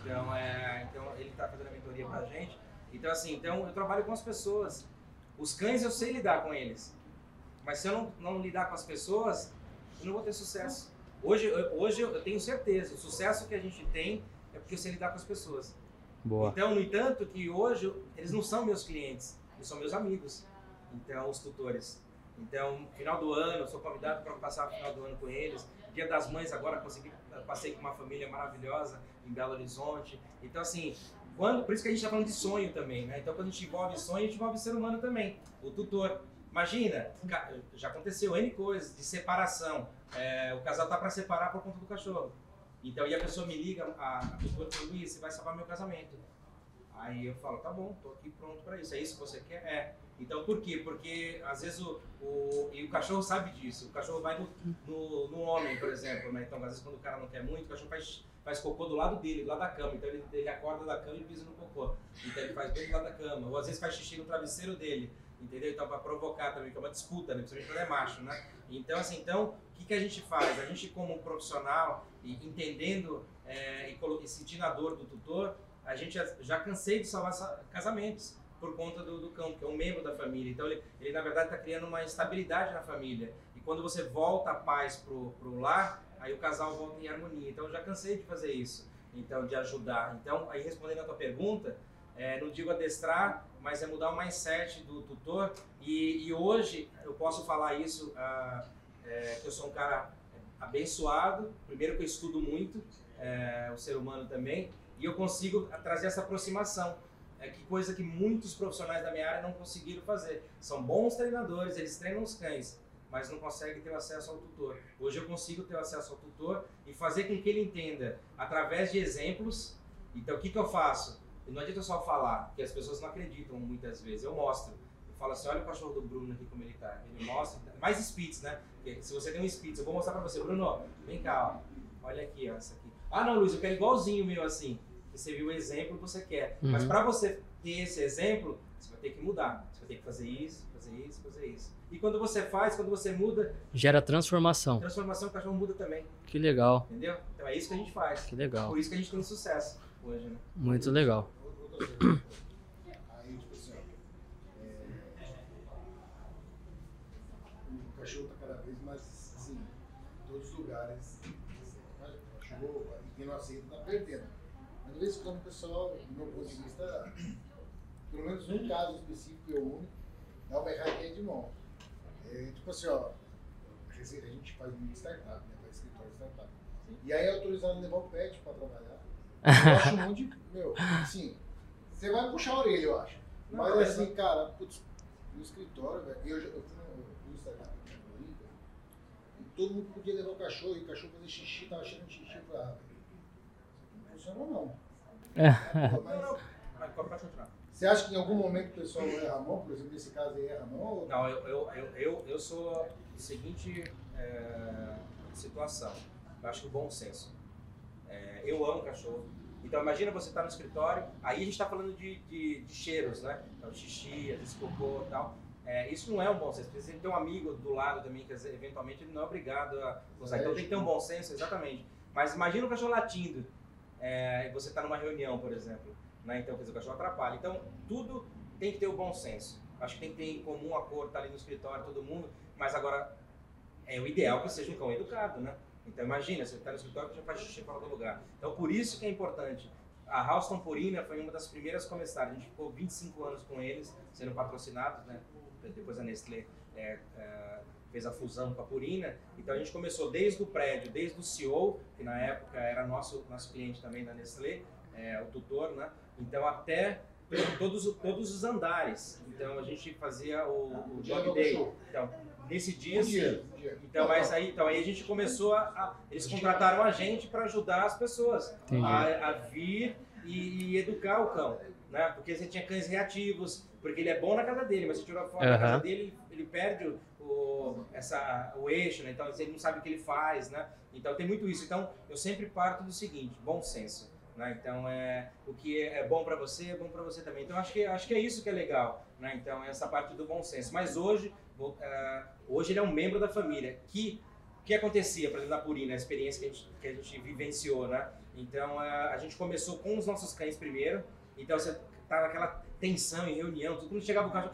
Então ele tá fazendo a mentoria pra gente. Então, assim, eu trabalho com as pessoas. Os cães eu sei lidar com eles. Mas se eu não lidar com as pessoas, eu não vou ter sucesso. Hoje eu tenho certeza, o sucesso que a gente tem é porque eu sei lidar com as pessoas. Boa. Então, no entanto, que hoje eles não são meus clientes, eles são meus amigos. Então, os tutores. Então, final do ano, eu sou convidado para passar o final do ano com eles. Dia das Mães agora passei com uma família maravilhosa em Belo Horizonte. Então, assim, por isso que a gente está falando de sonho também, né? Então, quando a gente envolve sonho, a gente envolve o ser humano também, o tutor. Imagina, já aconteceu N coisas de separação. O casal tá para separar por conta do cachorro. Então, e a pessoa me liga, a tutora fala, Luiz, você vai salvar meu casamento. Aí eu falo, tá bom, tô aqui pronto para isso. É isso que você quer? Então, por quê? Porque, às vezes, e o cachorro sabe disso. O cachorro vai no homem, por exemplo, né? Então, às vezes, quando o cara não quer muito, o cachorro faz cocô do lado dele, do lado da cama. Então, ele acorda da cama e pisa no cocô. Então, ele faz bem do lado da cama. Ou, às vezes, faz xixi no travesseiro dele. Entendeu? Então, para provocar também, que é uma disputa, né? Principalmente quando é macho, né? Então, assim, o que a gente faz? A gente, como profissional, entendendo e sentindo a dor do tutor, a gente já cansei de salvar casamentos por conta do cão, que é um membro da família. Então, ele na verdade, está criando uma estabilidade na família. E quando você volta a paz pro lar, aí o casal volta em harmonia. Então, eu já cansei de fazer isso, então, de ajudar. Então, aí respondendo a tua pergunta, não digo adestrar, mas é mudar o mindset do tutor. E hoje, eu posso falar isso, que eu sou um cara abençoado. Primeiro que eu estudo muito, o ser humano também, e eu consigo trazer essa aproximação. Que coisa que muitos profissionais da minha área não conseguiram fazer. São bons treinadores, eles treinam os cães, mas não conseguem ter acesso ao tutor. Hoje eu consigo ter acesso ao tutor e fazer com que ele entenda através de exemplos. Então, o que eu faço? Não adianta só falar, porque as pessoas não acreditam muitas vezes. Eu mostro. Eu falo assim, olha o cachorro do Bruno aqui como ele tá. Ele mostra, mais Spitz, né? Porque se você tem um Spitz, eu vou mostrar pra você. Bruno, vem cá, ó. Olha aqui, ó, essa aqui. Ah, não, Luiz, eu quero igualzinho o meu assim. Você viu o exemplo, você quer. Mas para você ter esse exemplo, você vai ter que mudar. Você vai ter que fazer isso, fazer isso, fazer isso. E quando você faz, quando você muda... Gera transformação. Transformação, o cachorro muda também. Que legal. Entendeu? Então é isso que a gente faz. Que legal. Por isso que a gente tem sucesso hoje, né? Muito legal. Aí, tipo assim, o cachorro tá cada vez mais, assim, em todos os lugares. O cachorro, quem não aceita tá perdendo. Mas de vez em quando o pessoal, do meu ponto de vista, pelo menos num caso específico e único, dá uma erradinha de mão. Tipo assim, ó, a gente faz muito startup, né? Faz escritório de startup. E aí é autorizado a levar o pet pra trabalhar. Eu acho muito de. Meu, assim, você vai puxar a orelha, eu acho. Mas assim, cara, putz, no escritório, velho, eu fui no startup e todo mundo podia levar o cachorro, e o cachorro fazia xixi, tava cheirando xixi pra água. Não funcionou, não. Mas pode continuar. Você acha que em algum momento o pessoal erra a mão? Por exemplo, nesse caso aí erra a mão? Ou... Não, eu sou a seguinte situação. Eu acho que o bom senso. Eu amo cachorro. Então imagina você estar no escritório, aí a gente está falando de cheiros, né? Então xixi, às vezes cocô e tal. Isso não é um bom senso. Você tem um amigo do lado também que eventualmente ele não é obrigado a usar. Então tem que ter um bom senso, exatamente. Mas imagina um cachorro latindo e você está numa reunião, por exemplo. Né? Então, quer dizer, o cachorro atrapalha. Então, tudo tem que ter o bom senso. Acho que tem que ter em comum um acordo, tá ali no escritório, todo mundo. Mas agora, é o ideal que seja um cão educado, né? Então, imagina, você está no escritório e já faz xixi fora do lugar. Então, por isso que é importante. A Halston Purina foi uma das primeiras a começar. A gente ficou 25 anos com eles, sendo patrocinados, né? Depois a Nestlé fez a fusão com a Purina. Então, a gente começou desde o prédio, desde o CEO, que na época era nosso cliente também da Nestlé, o tutor, né? Então, até todos os andares. Então, a gente fazia o Dog Day. Então, nesse dia, sim. Então, mas aí a gente começou eles contrataram a gente para ajudar as pessoas a vir e educar o cão, né? Porque você tinha cães reativos, porque ele é bom na casa dele, mas se tirou fora da casa dele, ele perde o eixo, né? Então ele não sabe o que ele faz, né? Então tem muito isso. Então eu sempre parto do seguinte: bom senso. Né? Então, o que é bom para você, é bom para você também. Então, acho que é isso que é legal. Né? Então, essa parte do bom senso. Mas hoje ele é um membro da família. O que acontecia, por exemplo, na Purina, a experiência que a gente vivenciou, né? Então, a gente começou com os nossos cães primeiro. Então, você tá naquela tensão em reunião, tudo quando chegava o cachorro,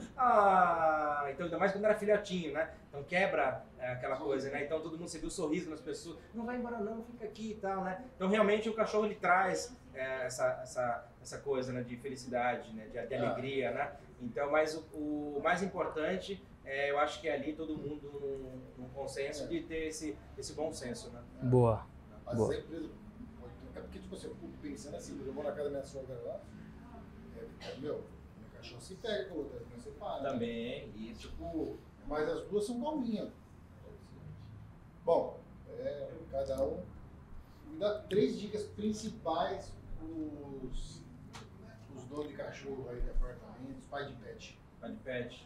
então ainda mais quando era filhotinho, né? Então quebra aquela coisa, né? Então todo mundo, você viu o sorriso nas pessoas, não vai embora não, fica aqui e tal, né? Então realmente o cachorro ele traz essa coisa, né, de felicidade, né, de alegria, né? Então, mas o mais importante eu acho que é ali todo mundo num consenso de ter esse bom senso, né? Boa. Às vezes a empresa, porque tipo assim, eu fico pensando assim, eu vou na casa da minha sogra lá, meu cachorro se pega com a outra, não se para. Também, né? Isso. Tipo, mas as duas são calminhas. Bom, cada um. Me dá 3 dicas principais os donos de cachorro aí de apartamentos, pai de pet. Pai de pet.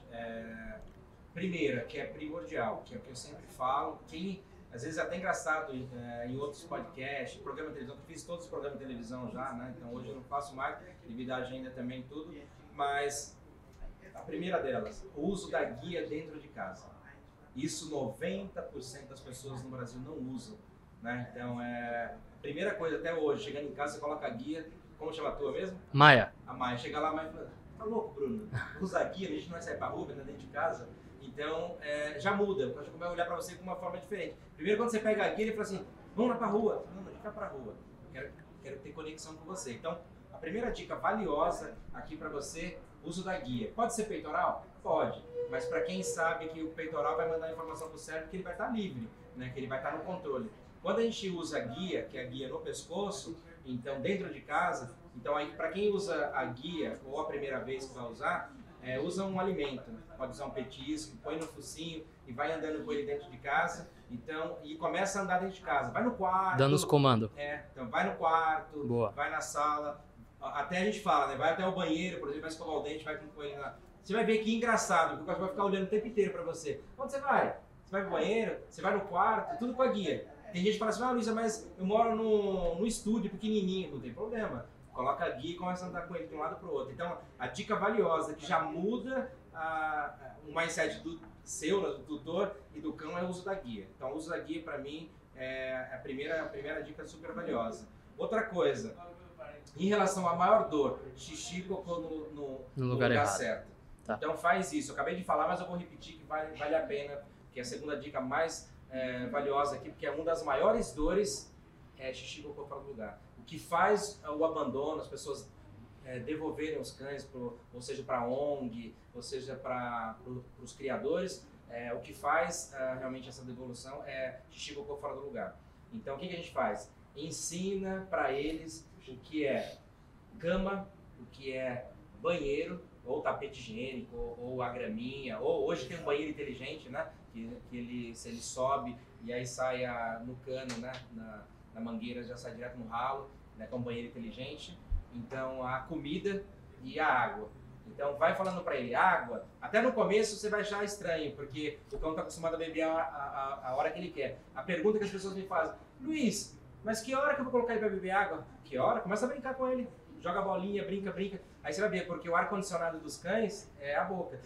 Primeira, que é primordial, que é o que eu sempre falo, às vezes é até engraçado em outros podcasts, programa de televisão, que fiz todos os programas de televisão já, né? Então hoje eu não faço mais, devido à agenda também tudo, mas a primeira delas, o uso da guia dentro de casa. Isso 90% das pessoas no Brasil não usam, né? Então a primeira coisa até hoje, chegando em casa, você coloca a guia, como chama a tua mesmo? Maia. A Maia, chega lá, a Maia fala, tá louco, Bruno? Usa a guia, a gente não vai sair pra rua, né, dentro de casa. Então, já muda, o cachorro vai olhar para você de uma forma diferente. Primeiro, quando você pega a guia, ele fala assim, vamos lá para a rua. Não, a gente vai para a rua. Quero ter conexão com você. Então, a primeira dica valiosa aqui para você, uso da guia. Pode ser peitoral? Pode. Mas para quem sabe que o peitoral vai mandar informação para o cérebro que ele vai estar livre, né? Que ele vai estar no controle. Quando a gente usa a guia, que é a guia no pescoço, então dentro de casa, então aí para quem usa a guia, ou a primeira vez que vai usar, usa um alimento, né? Pode usar um petisco, põe no focinho e vai andando com ele dentro de casa, então, e começa a andar dentro de casa, vai no quarto. Dando os comandos. Então vai no quarto, Boa. Vai na sala, até a gente fala, né? Vai até o banheiro, por exemplo, vai escovar o dente, vai com ele lá. Você vai ver que engraçado, porque o cachorro vai ficar olhando o tempo inteiro pra você. Onde você vai? Você vai pro banheiro, você vai no quarto, tudo com a guia. Tem gente que fala assim, Luísa, mas eu moro no estúdio pequenininho, não tem problema. Coloca a guia e começa a andar com ele de um lado para o outro. Então, a dica valiosa que já muda o mindset do tutor e do cão é o uso da guia. Então, o uso da guia, para mim, é a primeira dica super valiosa. Outra coisa, em relação à maior dor, xixi colocou no lugar errado. Certo. Tá. Então, faz isso. Eu acabei de falar, mas eu vou repetir que vale a pena, que é a segunda dica mais valiosa aqui, porque é uma das maiores dores é xixi e cocô fora do lugar. O que faz o abandono, as pessoas devolverem os cães, ou seja, para a ONG, ou seja, para os criadores, o que faz realmente essa devolução é xixi e cocô fora do lugar. Então, o que a gente faz? Ensina para eles o que é cama, o que é banheiro, ou tapete higiênico, ou a graminha, ou hoje tem um banheiro inteligente, né? Se ele sobe e aí sai no cano, né? Na mangueira já sai direto no ralo, né? Com um banheiro inteligente. Então, a comida e a água. Então, vai falando para ele, água. Até no começo você vai achar estranho, porque o cão está acostumado a beber a hora que ele quer. A pergunta que as pessoas me fazem, Luiz, mas que hora que eu vou colocar ele para beber água? Que hora? Começa a brincar com ele. Joga a bolinha, brinca. Aí você vai ver, porque o ar-condicionado dos cães é a boca.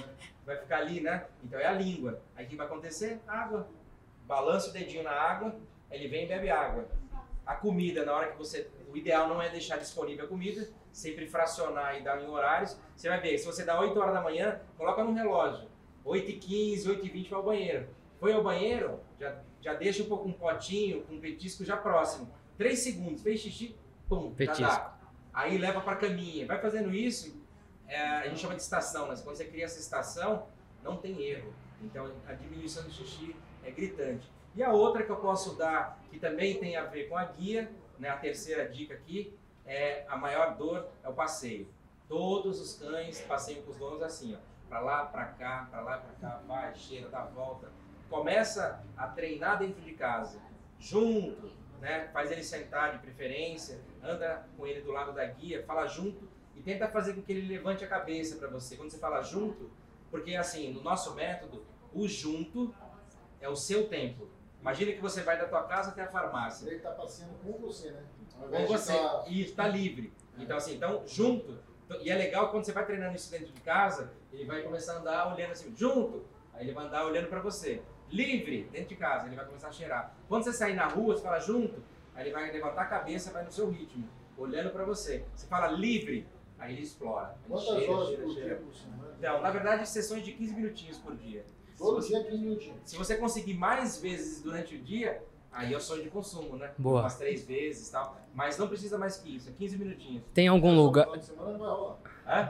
Vai ficar ali, né? Então é a língua. Aí o que vai acontecer? Água. Balança o dedinho na água, ele vem e bebe água. A comida, na hora que você... O ideal não é deixar disponível a comida, sempre fracionar e dar em horários. Você vai ver, se você dá 8 horas da manhã, coloca no relógio. 8h15, 8h20 para o banheiro. Foi ao banheiro, já deixa um potinho, um petisco já próximo. 3 segundos, fez xixi, pum, petisco. Já dá. Aí leva para a caminha. Vai fazendo isso, a gente chama de estação, né? Quando você cria essa estação, não tem erro. Então a diminuição do xixi é gritante. E a outra que eu posso dar, que também tem a ver com a guia, né? A terceira dica aqui, a maior dor é o passeio. Todos os cães passeiam com os donos assim, ó. Pra lá, pra cá, vai, cheira, dá volta. Começa a treinar dentro de casa, junto, né? Faz ele sentar de preferência, anda com ele do lado da guia, fala junto e tenta fazer com que ele levante a cabeça para você. Quando você fala junto, porque assim, no nosso método, o junto é o seu tempo. Imagina que você vai da tua casa até a farmácia. Ele está passeando com você, né? Com você, e está livre. Então assim, junto. E é legal quando você vai treinando isso dentro de casa, ele vai começar a andar olhando assim, junto. Aí ele vai andar olhando para você. Livre, dentro de casa, ele vai começar a cheirar. Quando você sair na rua, você fala junto, aí ele vai levantar a cabeça, vai no seu ritmo, olhando para você. Você fala livre, aí ele explora. Quantas horas por dia por semana? Então, na verdade, sessões de 15 minutinhos por dia. Todo dia 15 minutinhos. Se você conseguir mais vezes durante o dia, aí é o sonho de consumo, né? Boa. Umas 3 vezes e tal. Mas não precisa mais que isso, é 15 minutinhos. Tem algum lugar... No final de semana não vai rolar.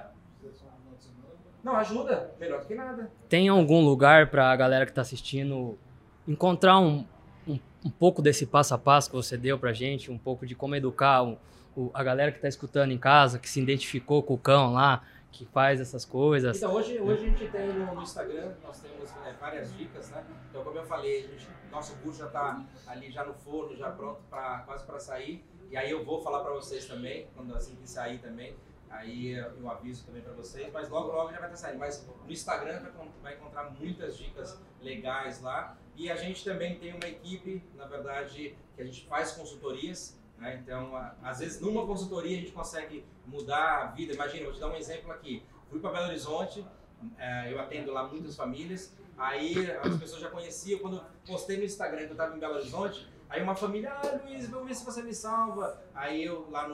Não, ajuda. Melhor do que nada. Tem algum lugar pra galera que tá assistindo encontrar um pouco desse passo a passo que você deu pra gente, um pouco de como educar a galera que tá escutando em casa, que se identificou com o cão lá, que faz essas coisas? Então, hoje a gente tem no Instagram, nós temos várias dicas, né? Então, como eu falei, nosso curso já está ali já no forno, já pronto, quase para sair. E aí eu vou falar para vocês também, quando assim que sair também. Aí eu aviso também para vocês, mas logo já vai estar saindo. Mas no Instagram vai encontrar muitas dicas legais lá. E a gente também tem uma equipe, na verdade, que a gente faz consultorias, né? Então, às vezes numa consultoria a gente consegue mudar a vida. Imagina, vou te dar um exemplo aqui. Fui para Belo Horizonte, eu atendo lá muitas famílias. Aí as pessoas já conheciam, quando eu postei no Instagram que eu estava em Belo Horizonte, aí uma família, Luiz, vamos ver se você me salva. Aí eu lá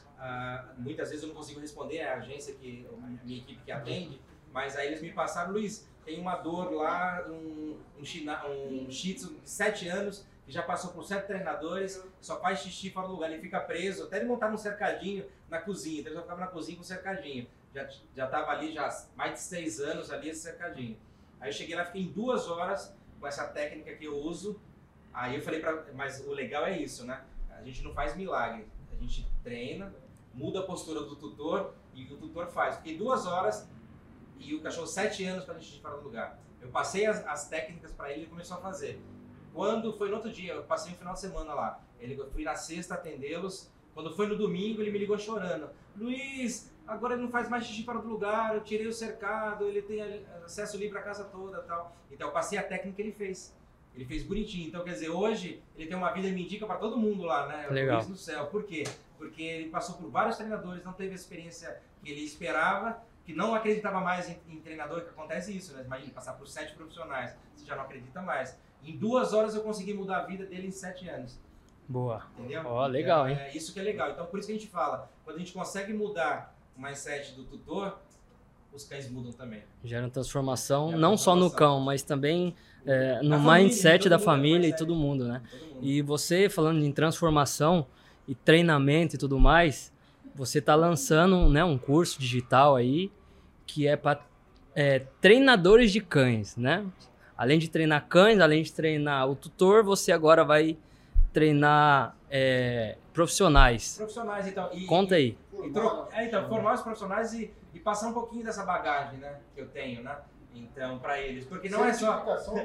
muitas vezes eu não consigo responder, é a agência a minha equipe que atende, mas aí eles me passaram, Luiz, tem uma dor lá, um Shih Tzu de 7 anos, que já passou por 7 treinadores, só faz xixi fora do lugar, ele fica preso, até ele montar num cercadinho na cozinha, então ele só ficava na cozinha com o cercadinho. Já estava ali já mais de 6 anos ali esse cercadinho. Aí eu cheguei lá, fiquei em 2 horas com essa técnica que eu uso. Aí eu falei mas o legal é isso, né? A gente não faz milagre, a gente treina, muda a postura do tutor e o tutor faz. Fiquei 2 horas e o cachorro 7 anos para a gente parar no lugar. Eu passei as técnicas para ele e ele começou a fazer. Quando foi no outro dia, eu passei um final de semana lá. Eu fui na sexta atendê-los. Quando foi no domingo, ele me ligou chorando. Luiz, agora ele não faz mais xixi fora do lugar, eu tirei o cercado, ele tem acesso livre à casa toda e tal. Então eu passei a técnica que ele fez. Ele fez bonitinho. Então, quer dizer, hoje ele tem uma vida, ele me indica para todo mundo lá, né? Legal. Luiz no céu. Por quê? Porque ele passou por vários treinadores, não teve a experiência que ele esperava, que não acreditava mais em treinador, que acontece isso, né? Imagina, passar por 7 profissionais, você já não acredita mais. Em 2 horas eu consegui mudar a vida dele em 7 anos. Boa. Entendeu? Ó, legal, hein? É isso que é legal. Então, por isso que a gente fala, quando a gente consegue mudar o mindset do tutor, os cães mudam também. Gera transformação, Gera não só no transformação. cão, mas também no família, mindset todo da mundo, família e mindset. todo mundo, né? Todo mundo. E você, falando em transformação e treinamento e tudo mais, você está lançando, né, um curso digital aí que é para treinadores de cães, né? Além de treinar cães, além de treinar o tutor, você agora vai treinar profissionais. Profissionais, então. Conta aí. Então, formar os profissionais e passar um pouquinho dessa bagagem, né, que eu tenho, né? Então, para eles. Porque não é só...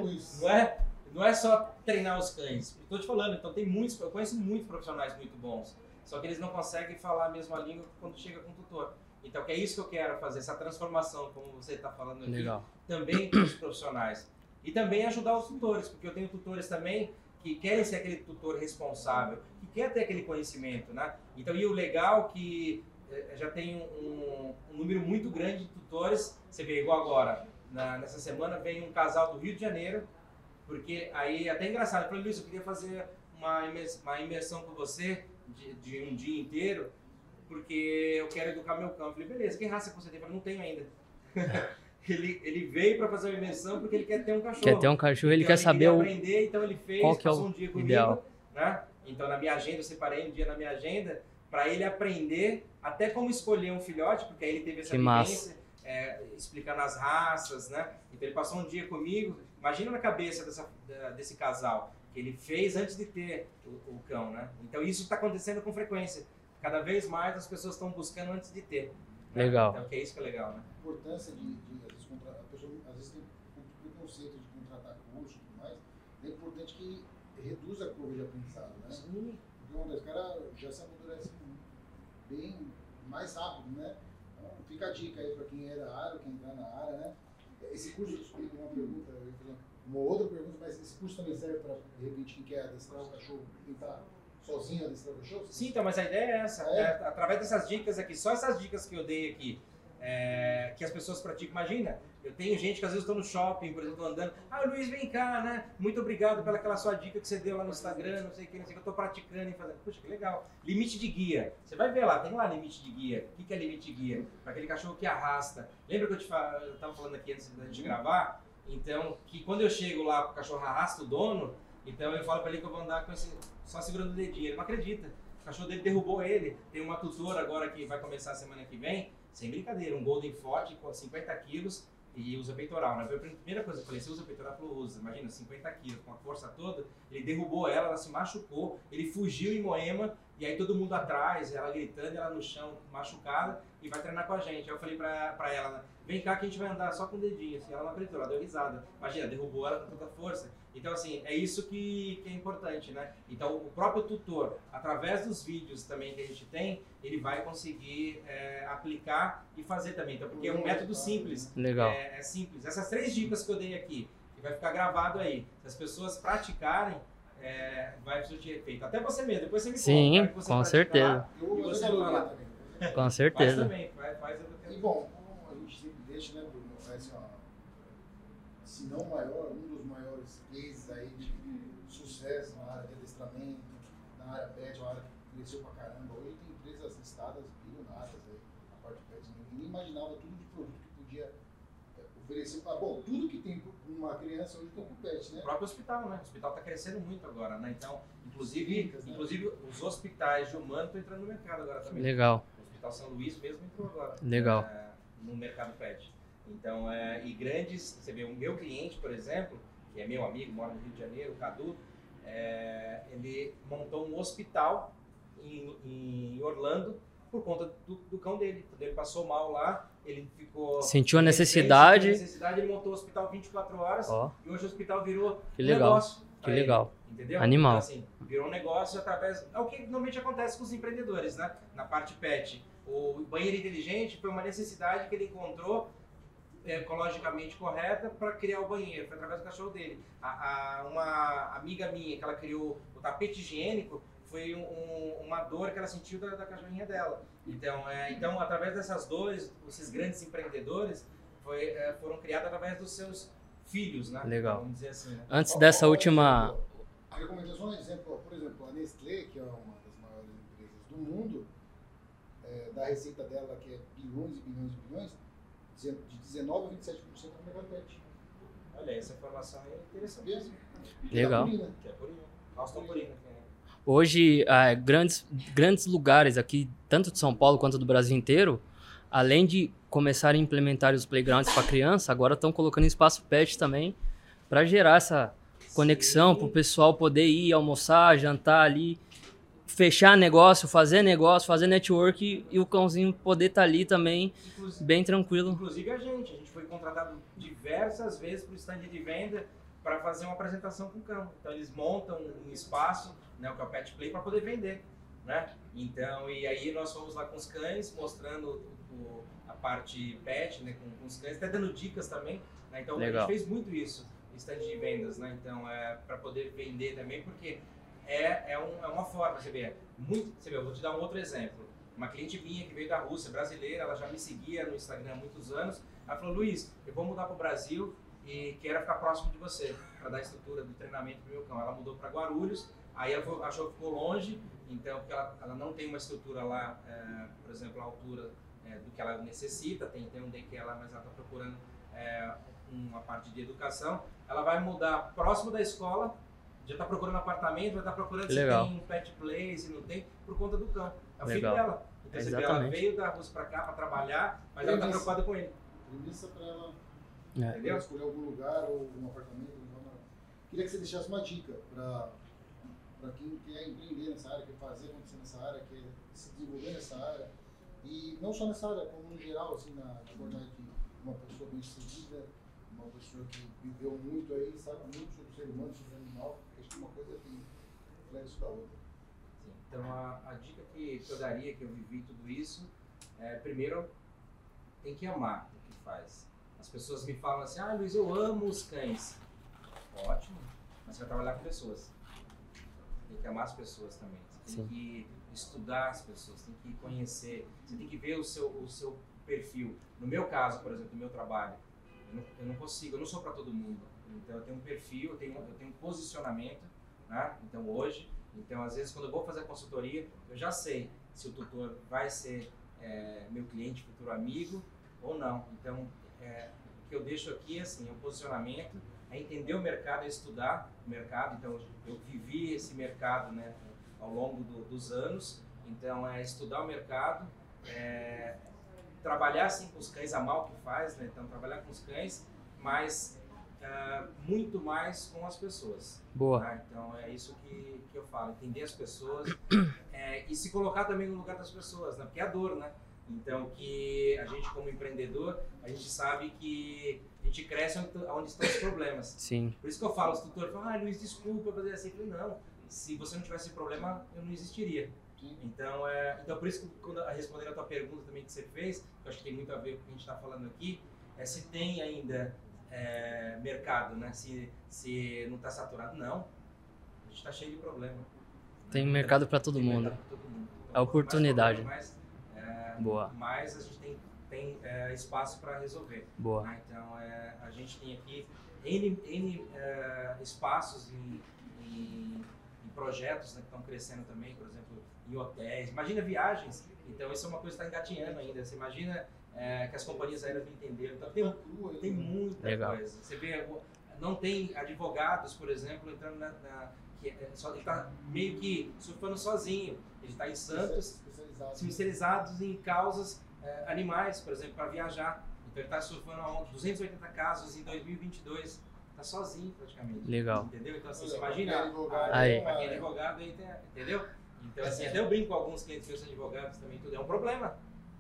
Não é só treinar os cães. Estou te falando, então eu conheço muitos profissionais muito bons. Só que eles não conseguem falar a mesma língua quando chega com o tutor. Então, que é isso que eu quero fazer, essa transformação, como você está falando aqui, Legal. também com os profissionais. E também ajudar os tutores, porque eu tenho tutores também que querem ser aquele tutor responsável, que quer ter aquele conhecimento, né? Então, e o legal que já tem um número muito grande de tutores, você vê igual agora, nessa semana vem um casal do Rio de Janeiro, porque aí é até engraçado, eu falei, Luiz, eu queria fazer uma imersão com você de um dia inteiro, porque eu quero educar meu cão. Eu falei, beleza, que raça você tem? Eu falei, não tenho ainda. Ele veio para fazer uma imersão porque ele quer ter um cachorro. Quer ter um cachorro, ele então, quer saber aprender, então ele fez, qual que é passou o um dia comigo, ideal. né? Então na minha agenda, eu separei um dia na minha agenda para ele aprender até como escolher um filhote, porque aí ele teve essa vivência, explicando as raças, né? Então ele passou um dia comigo. Imagina na cabeça desse casal, que ele fez antes de ter o cão, né? Então isso está acontecendo com frequência. Cada vez mais as pessoas estão buscando antes de ter. Né? Legal. Então que é isso que é legal, né? A importância a pessoa às vezes tem preconceito de contratar curso e tudo mais. É importante que reduza a curva de aprendizado, né? Sim. Porque os caras já se amadurecem bem mais rápido, né? Então, fica a dica aí para quem é da área, quem entrar na área, né? Esse curso, desculpa, uma pergunta, eu ia fazer uma outra pergunta, mas esse curso também serve para, de repente, quem quer adestrar o cachorro, tentar sozinho adestrar o cachorro? Sim, então, mas a ideia é essa. Através dessas dicas aqui, só essas dicas que eu dei aqui, que as pessoas praticam. Imagina, eu tenho gente que às vezes estou no shopping, por exemplo, andando. Ah, Luiz, vem cá, né? Muito obrigado pela aquela sua dica que você deu lá no Instagram, não sei o que, eu estou praticando e fazendo. Puxa, que legal. Limite de guia. Você vai ver lá, tem lá limite de guia. O que é limite de guia? Para aquele cachorro que arrasta. Lembra que eu estava falando aqui antes da gente gravar? Então, que quando eu chego lá, o cachorro arrasta o dono, então eu falo para ele que eu vou andar com esse, só segurando o dedinho. Ele não acredita. O cachorro dele derrubou ele. Tem uma tutora agora que vai começar a semana que vem, sem brincadeira, um Golden Forte com 50 quilos e usa peitoral. Né? Foi a primeira coisa que eu falei, você usa peitoral? Ela falou, usa. Imagina, 50 quilos, com a força toda. Ele derrubou ela se machucou, ele fugiu em Moema, e aí todo mundo atrás, ela gritando, ela no chão, machucada, e vai treinar com a gente. Aí eu falei pra ela, né, vem cá que a gente vai andar só com o dedinho, assim. Ela não acreditou, ela deu risada. Imagina, derrubou ela com toda força. Então, assim, é isso que é importante, né? Então, o próprio tutor, através dos vídeos também que a gente tem, ele vai conseguir aplicar e fazer também. Então, porque é um método simples. Legal. É simples. Essas 3 dicas que eu dei aqui, que vai ficar gravado aí, se as pessoas praticarem, vai surtir efeito. Até você mesmo, depois você me conta. Sim, que você com certeza. lá, e você fala. também. Com certeza. Faz também, faz eu E bom, a gente sempre deixa, né, Bruno, assim, ó, se não o maior, um dos maiores cases aí de sucesso na área de adestramento, na área pet, uma área que cresceu pra caramba. Hoje tem empresas listadas bilionárias aí, na parte pet. Ninguém imaginava tudo de produto que podia oferecer para, bom, tudo que tem para uma criança hoje tem com pet, né? O próprio hospital, né? O hospital está crescendo muito agora, né? Então, inclusive os hospitais de humano estão entrando no mercado agora também. Legal. O Hospital São Luís mesmo entrou agora. Legal. No mercado pet. Então, e grandes, você vê, o meu cliente, por exemplo, que é meu amigo, mora no Rio de Janeiro, o Cadu, ele montou um hospital em Orlando por conta do cão dele. Quando ele passou mal lá, ele ficou... Sentiu a necessidade. Ele montou o hospital 24 horas e hoje o hospital virou que legal. Negócio. Que legal. Entendeu? Animal. Então, assim, virou um negócio através... É o que normalmente acontece com os empreendedores, né? Na parte pet. O banheiro inteligente foi uma necessidade que ele encontrou ecologicamente correta para criar o banheiro. Foi através do cachorro dele. Uma amiga minha, que ela criou o tapete higiênico, foi uma dor que ela sentiu da cachorrinha dela. Então, através dessas dores, esses grandes empreendedores foram criados através dos seus filhos, né? Legal. Vamos dizer assim, né? Antes dessa última... Eu comentei só um exemplo, por exemplo, a Nestlé, que é uma das maiores empresas do mundo, da receita dela, que é bilhões e bilhões e bilhões, de 19% a 27% no mercado pet. Olha, essa informação é interessante. Legal. Que é purina. Nossa, purina. Hoje, grandes lugares aqui, tanto de São Paulo quanto do Brasil inteiro, além de começarem a implementar os playgrounds para criança, agora estão colocando espaço pet também para gerar essa conexão para o pessoal poder ir almoçar, jantar ali, fechar negócio, fazer network e o cãozinho poder estar ali também, bem tranquilo. Inclusive a gente foi contratado diversas vezes para o stand de venda para fazer uma apresentação com o cão. Então eles montam um espaço, né, o que é o Pet Play, para poder vender, né? Então, e aí nós fomos lá com os cães, mostrando a parte pet, né, com os cães, até dando dicas também, né? Então legal. A gente fez muito isso, stand de vendas, né? Então para poder vender também, porque é uma forma, você vê, eu vou te dar um outro exemplo. Uma cliente minha que veio da Rússia, brasileira, ela já me seguia no Instagram há muitos anos. Ela falou: Luiz, eu vou mudar para o Brasil e quero ficar próximo de você para dar estrutura do treinamento para o meu cão. Ela mudou para Guarulhos, aí ela achou que ficou longe, então porque ela não tem uma estrutura lá, por exemplo, a altura do que ela necessita, tem um daycare lá, mas ela está procurando uma parte de educação. Ela vai mudar próximo da escola, já está procurando apartamento, vai estar procurando se tem pet play, se não tem, por conta do cão. É o filho dela. Então você vê, ela veio da Rússia para cá para trabalhar, mas ela está preocupada com ele. Premissa para ela entendeu? Escolher algum lugar ou um apartamento. Queria que você deixasse uma dica para quem quer empreender nessa área, quer fazer acontecer nessa área, quer se desenvolver nessa área. E não só nessa área, como no geral, assim, na abordagem de uma pessoa bem sucedida, uma pessoa que viveu muito aí, sabe muito sobre o ser humano, sobre o animal, porque acho que uma coisa tem reflexo da outra. Sim. Então a dica que eu daria, que eu vivi tudo isso, primeiro tem que amar o que faz. As pessoas me falam assim: ah, Luiz, eu amo os cães. Ótimo, mas você vai trabalhar com pessoas. Tem que amar as pessoas também. Você tem que estudar as pessoas, tem que conhecer, você tem que ver o seu perfil. No meu caso, por exemplo, do meu trabalho, eu não consigo, eu não sou para todo mundo. Então eu tenho um perfil, eu tenho um posicionamento, né? Então hoje, às vezes quando eu vou fazer a consultoria, eu já sei se o tutor vai ser meu cliente, futuro amigo ou não. Então o que eu deixo aqui assim, é um posicionamento, é entender o mercado, é estudar o mercado. Então eu vivi esse mercado, né, ao longo dos anos. Então é estudar o mercado, trabalhar assim com os cães, amar o que faz, né? Então trabalhar com os cães, mas muito mais com as pessoas. Boa. Tá? Então é isso que eu falo, entender as pessoas e se colocar também no lugar das pessoas, né? Porque é a dor, né? Então que a gente como empreendedor, a gente sabe que a gente cresce onde estão os problemas. Sim. Por isso que eu falo, os tutores falam: ah, Luiz, desculpa fazer assim. Eu falei: não, se você não tivesse problema, eu não existiria. Então por isso que quando respondendo a tua pergunta também que você fez, eu acho que tem muito a ver com o que a gente está falando aqui, se tem ainda mercado, né? Se não está saturado, não. A gente está cheio de problema. Tem mercado para todo mundo. Então, a oportunidade. Boa. Mas a gente tem espaço para resolver. Boa. Né? Então a gente tem aqui N espaços em projetos, né, que estão crescendo também, por exemplo, em hotéis. Imagina viagens. Então isso é uma coisa que está engatinhando ainda. Você imagina que as companhias aéreas não entenderam. Então tem muita coisa. Você vê, não tem advogados, por exemplo, entrando ele está meio que surfando sozinho. Ele está em Santos, especializados em causas animais, por exemplo, para viajar. Então ele está surfando 280 casos em 2022. Está sozinho praticamente. Legal. Entendeu? Então assim, você imagina quem é advogado aí, entendeu? Então assim, até eu brinco com alguns clientes que são advogados também, tudo é um problema.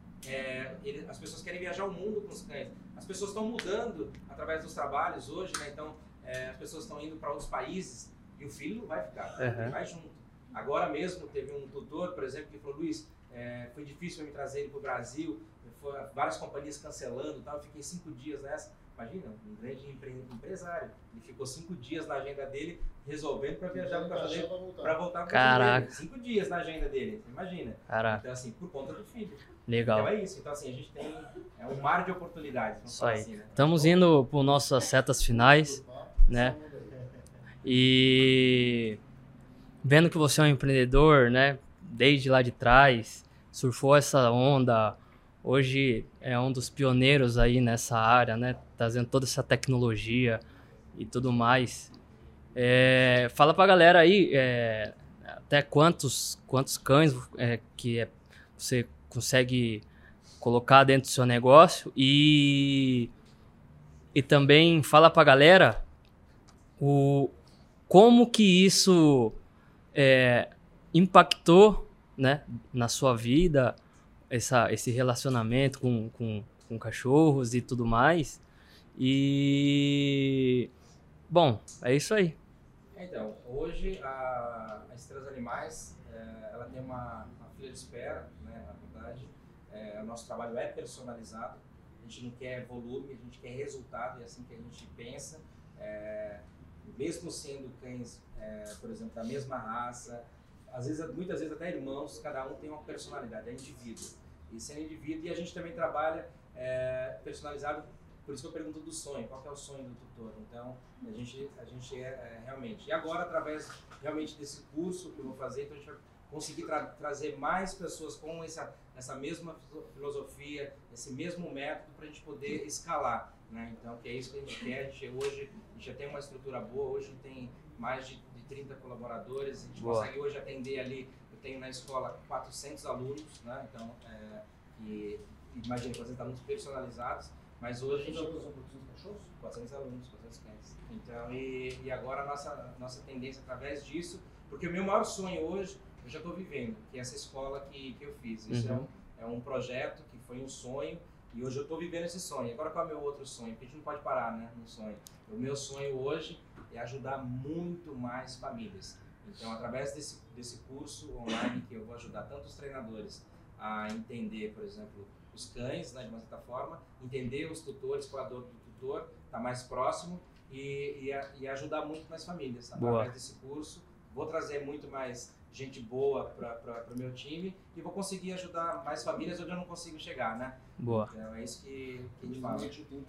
As pessoas querem viajar o mundo com os cães. As pessoas estão mudando através dos trabalhos hoje, né? Então as pessoas estão indo para outros países e o filho não vai ficar, ele vai junto. Agora mesmo teve um tutor, por exemplo, que falou: Luiz, foi difícil me trazer ele para o Brasil, várias companhias cancelando e tal, eu fiquei 5 dias nessa. Imagina, um grande empresário, ele ficou 5 dias na agenda dele resolvendo para viajar para voltar para o 5 dias na agenda dele, você imagina. Caraca. Então assim, por conta do filho. Legal. Então é isso, então assim, a gente tem um mar de oportunidades. Isso aí. Assim, né? Estamos indo para nossas setas finais, né? E vendo que você é um empreendedor, né? Desde lá de trás, surfou essa onda hoje é um dos pioneiros aí nessa área, né? Trazendo toda essa tecnologia e tudo mais. Fala pra galera aí, até quantos cães você consegue colocar dentro do seu negócio e também fala pra galera como que isso impactou, né, na sua vida, esse relacionamento com cachorros e tudo mais. E bom, é isso aí. Então, hoje a Estrelas Animais, ela tem uma fila de espera, né, na verdade. O nosso trabalho é personalizado, a gente não quer volume, a gente quer resultado, e é assim que a gente pensa. Mesmo sendo cães, por exemplo, da mesma raça, muitas vezes até irmãos, cada um tem uma personalidade, é indivíduo. E sendo indivíduo, e a gente também trabalha personalizado. Por isso que eu pergunto do sonho, qual que é o sonho do tutor? Então, a gente realmente... E agora, através realmente desse curso que eu vou fazer, então a gente vai conseguir trazer mais pessoas com essa mesma filosofia, esse mesmo método para a gente poder escalar, né? Então, que é isso que a gente quer. Hoje a gente já tem uma estrutura boa, hoje tem mais de 30 colaboradores, a gente consegue hoje atender ali, eu tenho na escola 400 alunos, né? Então, imagina, 400 alunos personalizados. Mas hoje a gente... 400 alunos, 400 cães. Então, e agora a nossa tendência através disso, porque o meu maior sonho hoje, eu já estou vivendo, que é essa escola que eu fiz. Isso é um projeto que foi um sonho, e hoje eu estou vivendo esse sonho. Agora qual é o meu outro sonho? Porque a gente não pode parar, né, no sonho. O meu sonho hoje é ajudar muito mais famílias. Então, através desse curso online, que eu vou ajudar tanto os treinadores a entender, por exemplo, os cães, né, de uma certa forma, entender os tutores, qual é a dor do tutor, estar mais próximo e ajudar muito mais famílias. Através desse curso, vou trazer muito mais gente boa para o meu time e vou conseguir ajudar mais famílias onde eu não consigo chegar, né? Boa. Então é isso que a gente fala.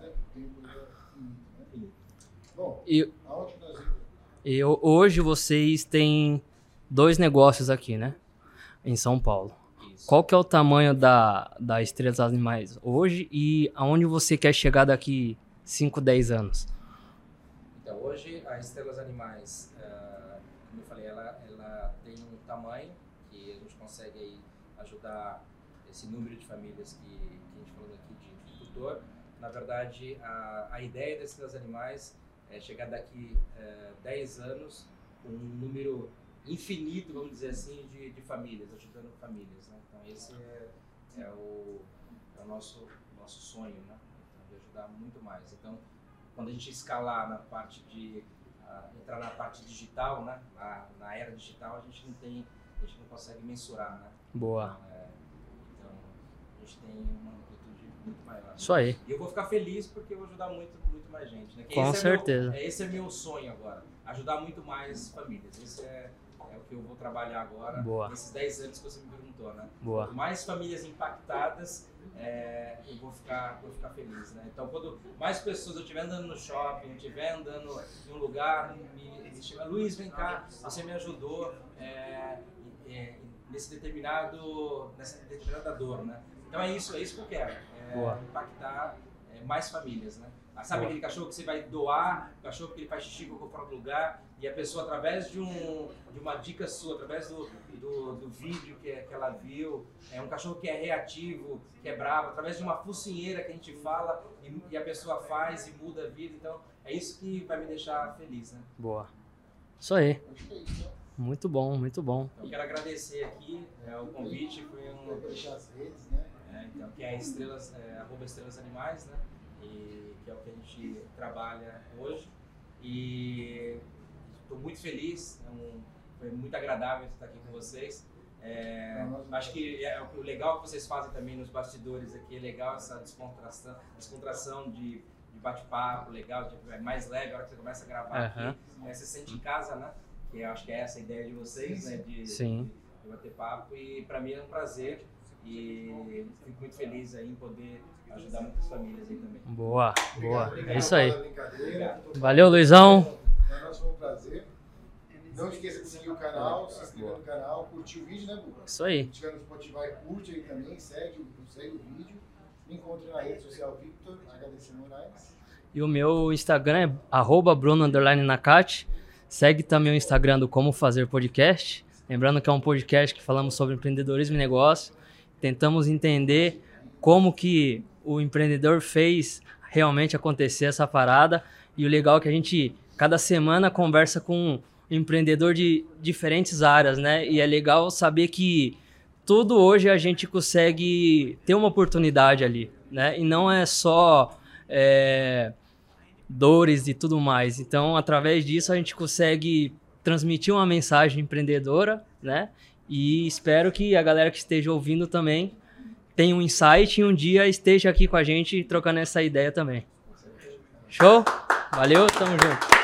Bom, aonde nós... Hoje vocês têm 2 negócios aqui, né? Em São Paulo. Isso. Qual que é o tamanho da Estrelas Animais hoje e aonde você quer chegar daqui 5, 10 anos? Então, hoje a Estrelas Animais, como eu falei, ela tem um tamanho que a gente consegue aí ajudar esse número de famílias que a gente falou aqui de tutor. Na verdade, a ideia das Estrelas Animais é chegar daqui 10 anos com um número infinito, vamos dizer assim, de famílias, ajudando famílias, né? Então esse é o nosso sonho, né? Então, de ajudar muito mais. Então, quando a gente escalar na parte de entrar na parte digital, né? Na era digital, a gente não consegue mensurar, né? Boa. Então a gente tem uma amplitude muito maior. Isso aí. E eu vou ficar feliz porque eu vou ajudar muito mais gente, né? Com certeza. Esse é meu sonho agora, ajudar muito mais famílias. Esse é o que eu vou trabalhar agora. Boa. Nesses 10 anos que você me perguntou, né? Boa. Quanto mais famílias impactadas, eu vou ficar feliz, né? Então, quando mais pessoas eu estiver andando no shopping, eu estiver andando em um lugar, me chama, Luiz, vem cá, você me ajudou nessa determinada dor, né? Então é isso que eu quero, impactar mais famílias, né? Sabe aquele cachorro que você vai doar, o cachorro que ele faz xixi com fora do lugar, e a pessoa, através de uma dica sua, através do vídeo que ela viu, um cachorro que é reativo, que é bravo, através de uma focinheira que a gente fala e a pessoa faz e muda a vida. Então, é isso que vai me deixar feliz, né? Boa. Isso aí. Muito bom, muito bom. Então, eu quero agradecer aqui o convite, foi deixar as redes, né? Então, que é @Estrelas Animais, né? E que é o que a gente trabalha hoje. E estou muito feliz, foi muito agradável estar aqui com vocês. Acho que o legal que vocês fazem também nos bastidores aqui, é legal essa descontração de bate-papo, legal, é mais leve a hora que você começa a gravar aqui. Você sente em casa, né? Que eu acho que é essa a ideia de vocês, né? De bater papo. E para mim é um prazer e fico muito feliz aí em poder ajudar muitas famílias aí também. Boa, boa. Obrigado, é isso aí. Obrigado. Valeu, Luizão. Para nós foi um prazer. Não esqueça de seguir o canal, se inscrever no canal, curtir o vídeo, né, Buba? Isso aí. Se estiver no Spotify, curte aí também, segue o vídeo. Me encontre na rede social Victor HDC Moraes. E o meu Instagram é @Bruno_Nakati. Segue também o Instagram do Como Fazer Podcast. Lembrando que é um podcast que falamos sobre empreendedorismo e negócio. Tentamos entender como que o empreendedor fez realmente acontecer essa parada. E o legal é que a gente, cada semana, conversa com um empreendedor de diferentes áreas, né? E é legal saber que tudo hoje a gente consegue ter uma oportunidade ali, né? E não é só dores e tudo mais. Então, através disso, a gente consegue transmitir uma mensagem empreendedora, né? E espero que a galera que esteja ouvindo também tenha um insight e um dia esteja aqui com a gente trocando essa ideia também. Show? Valeu, tamo junto.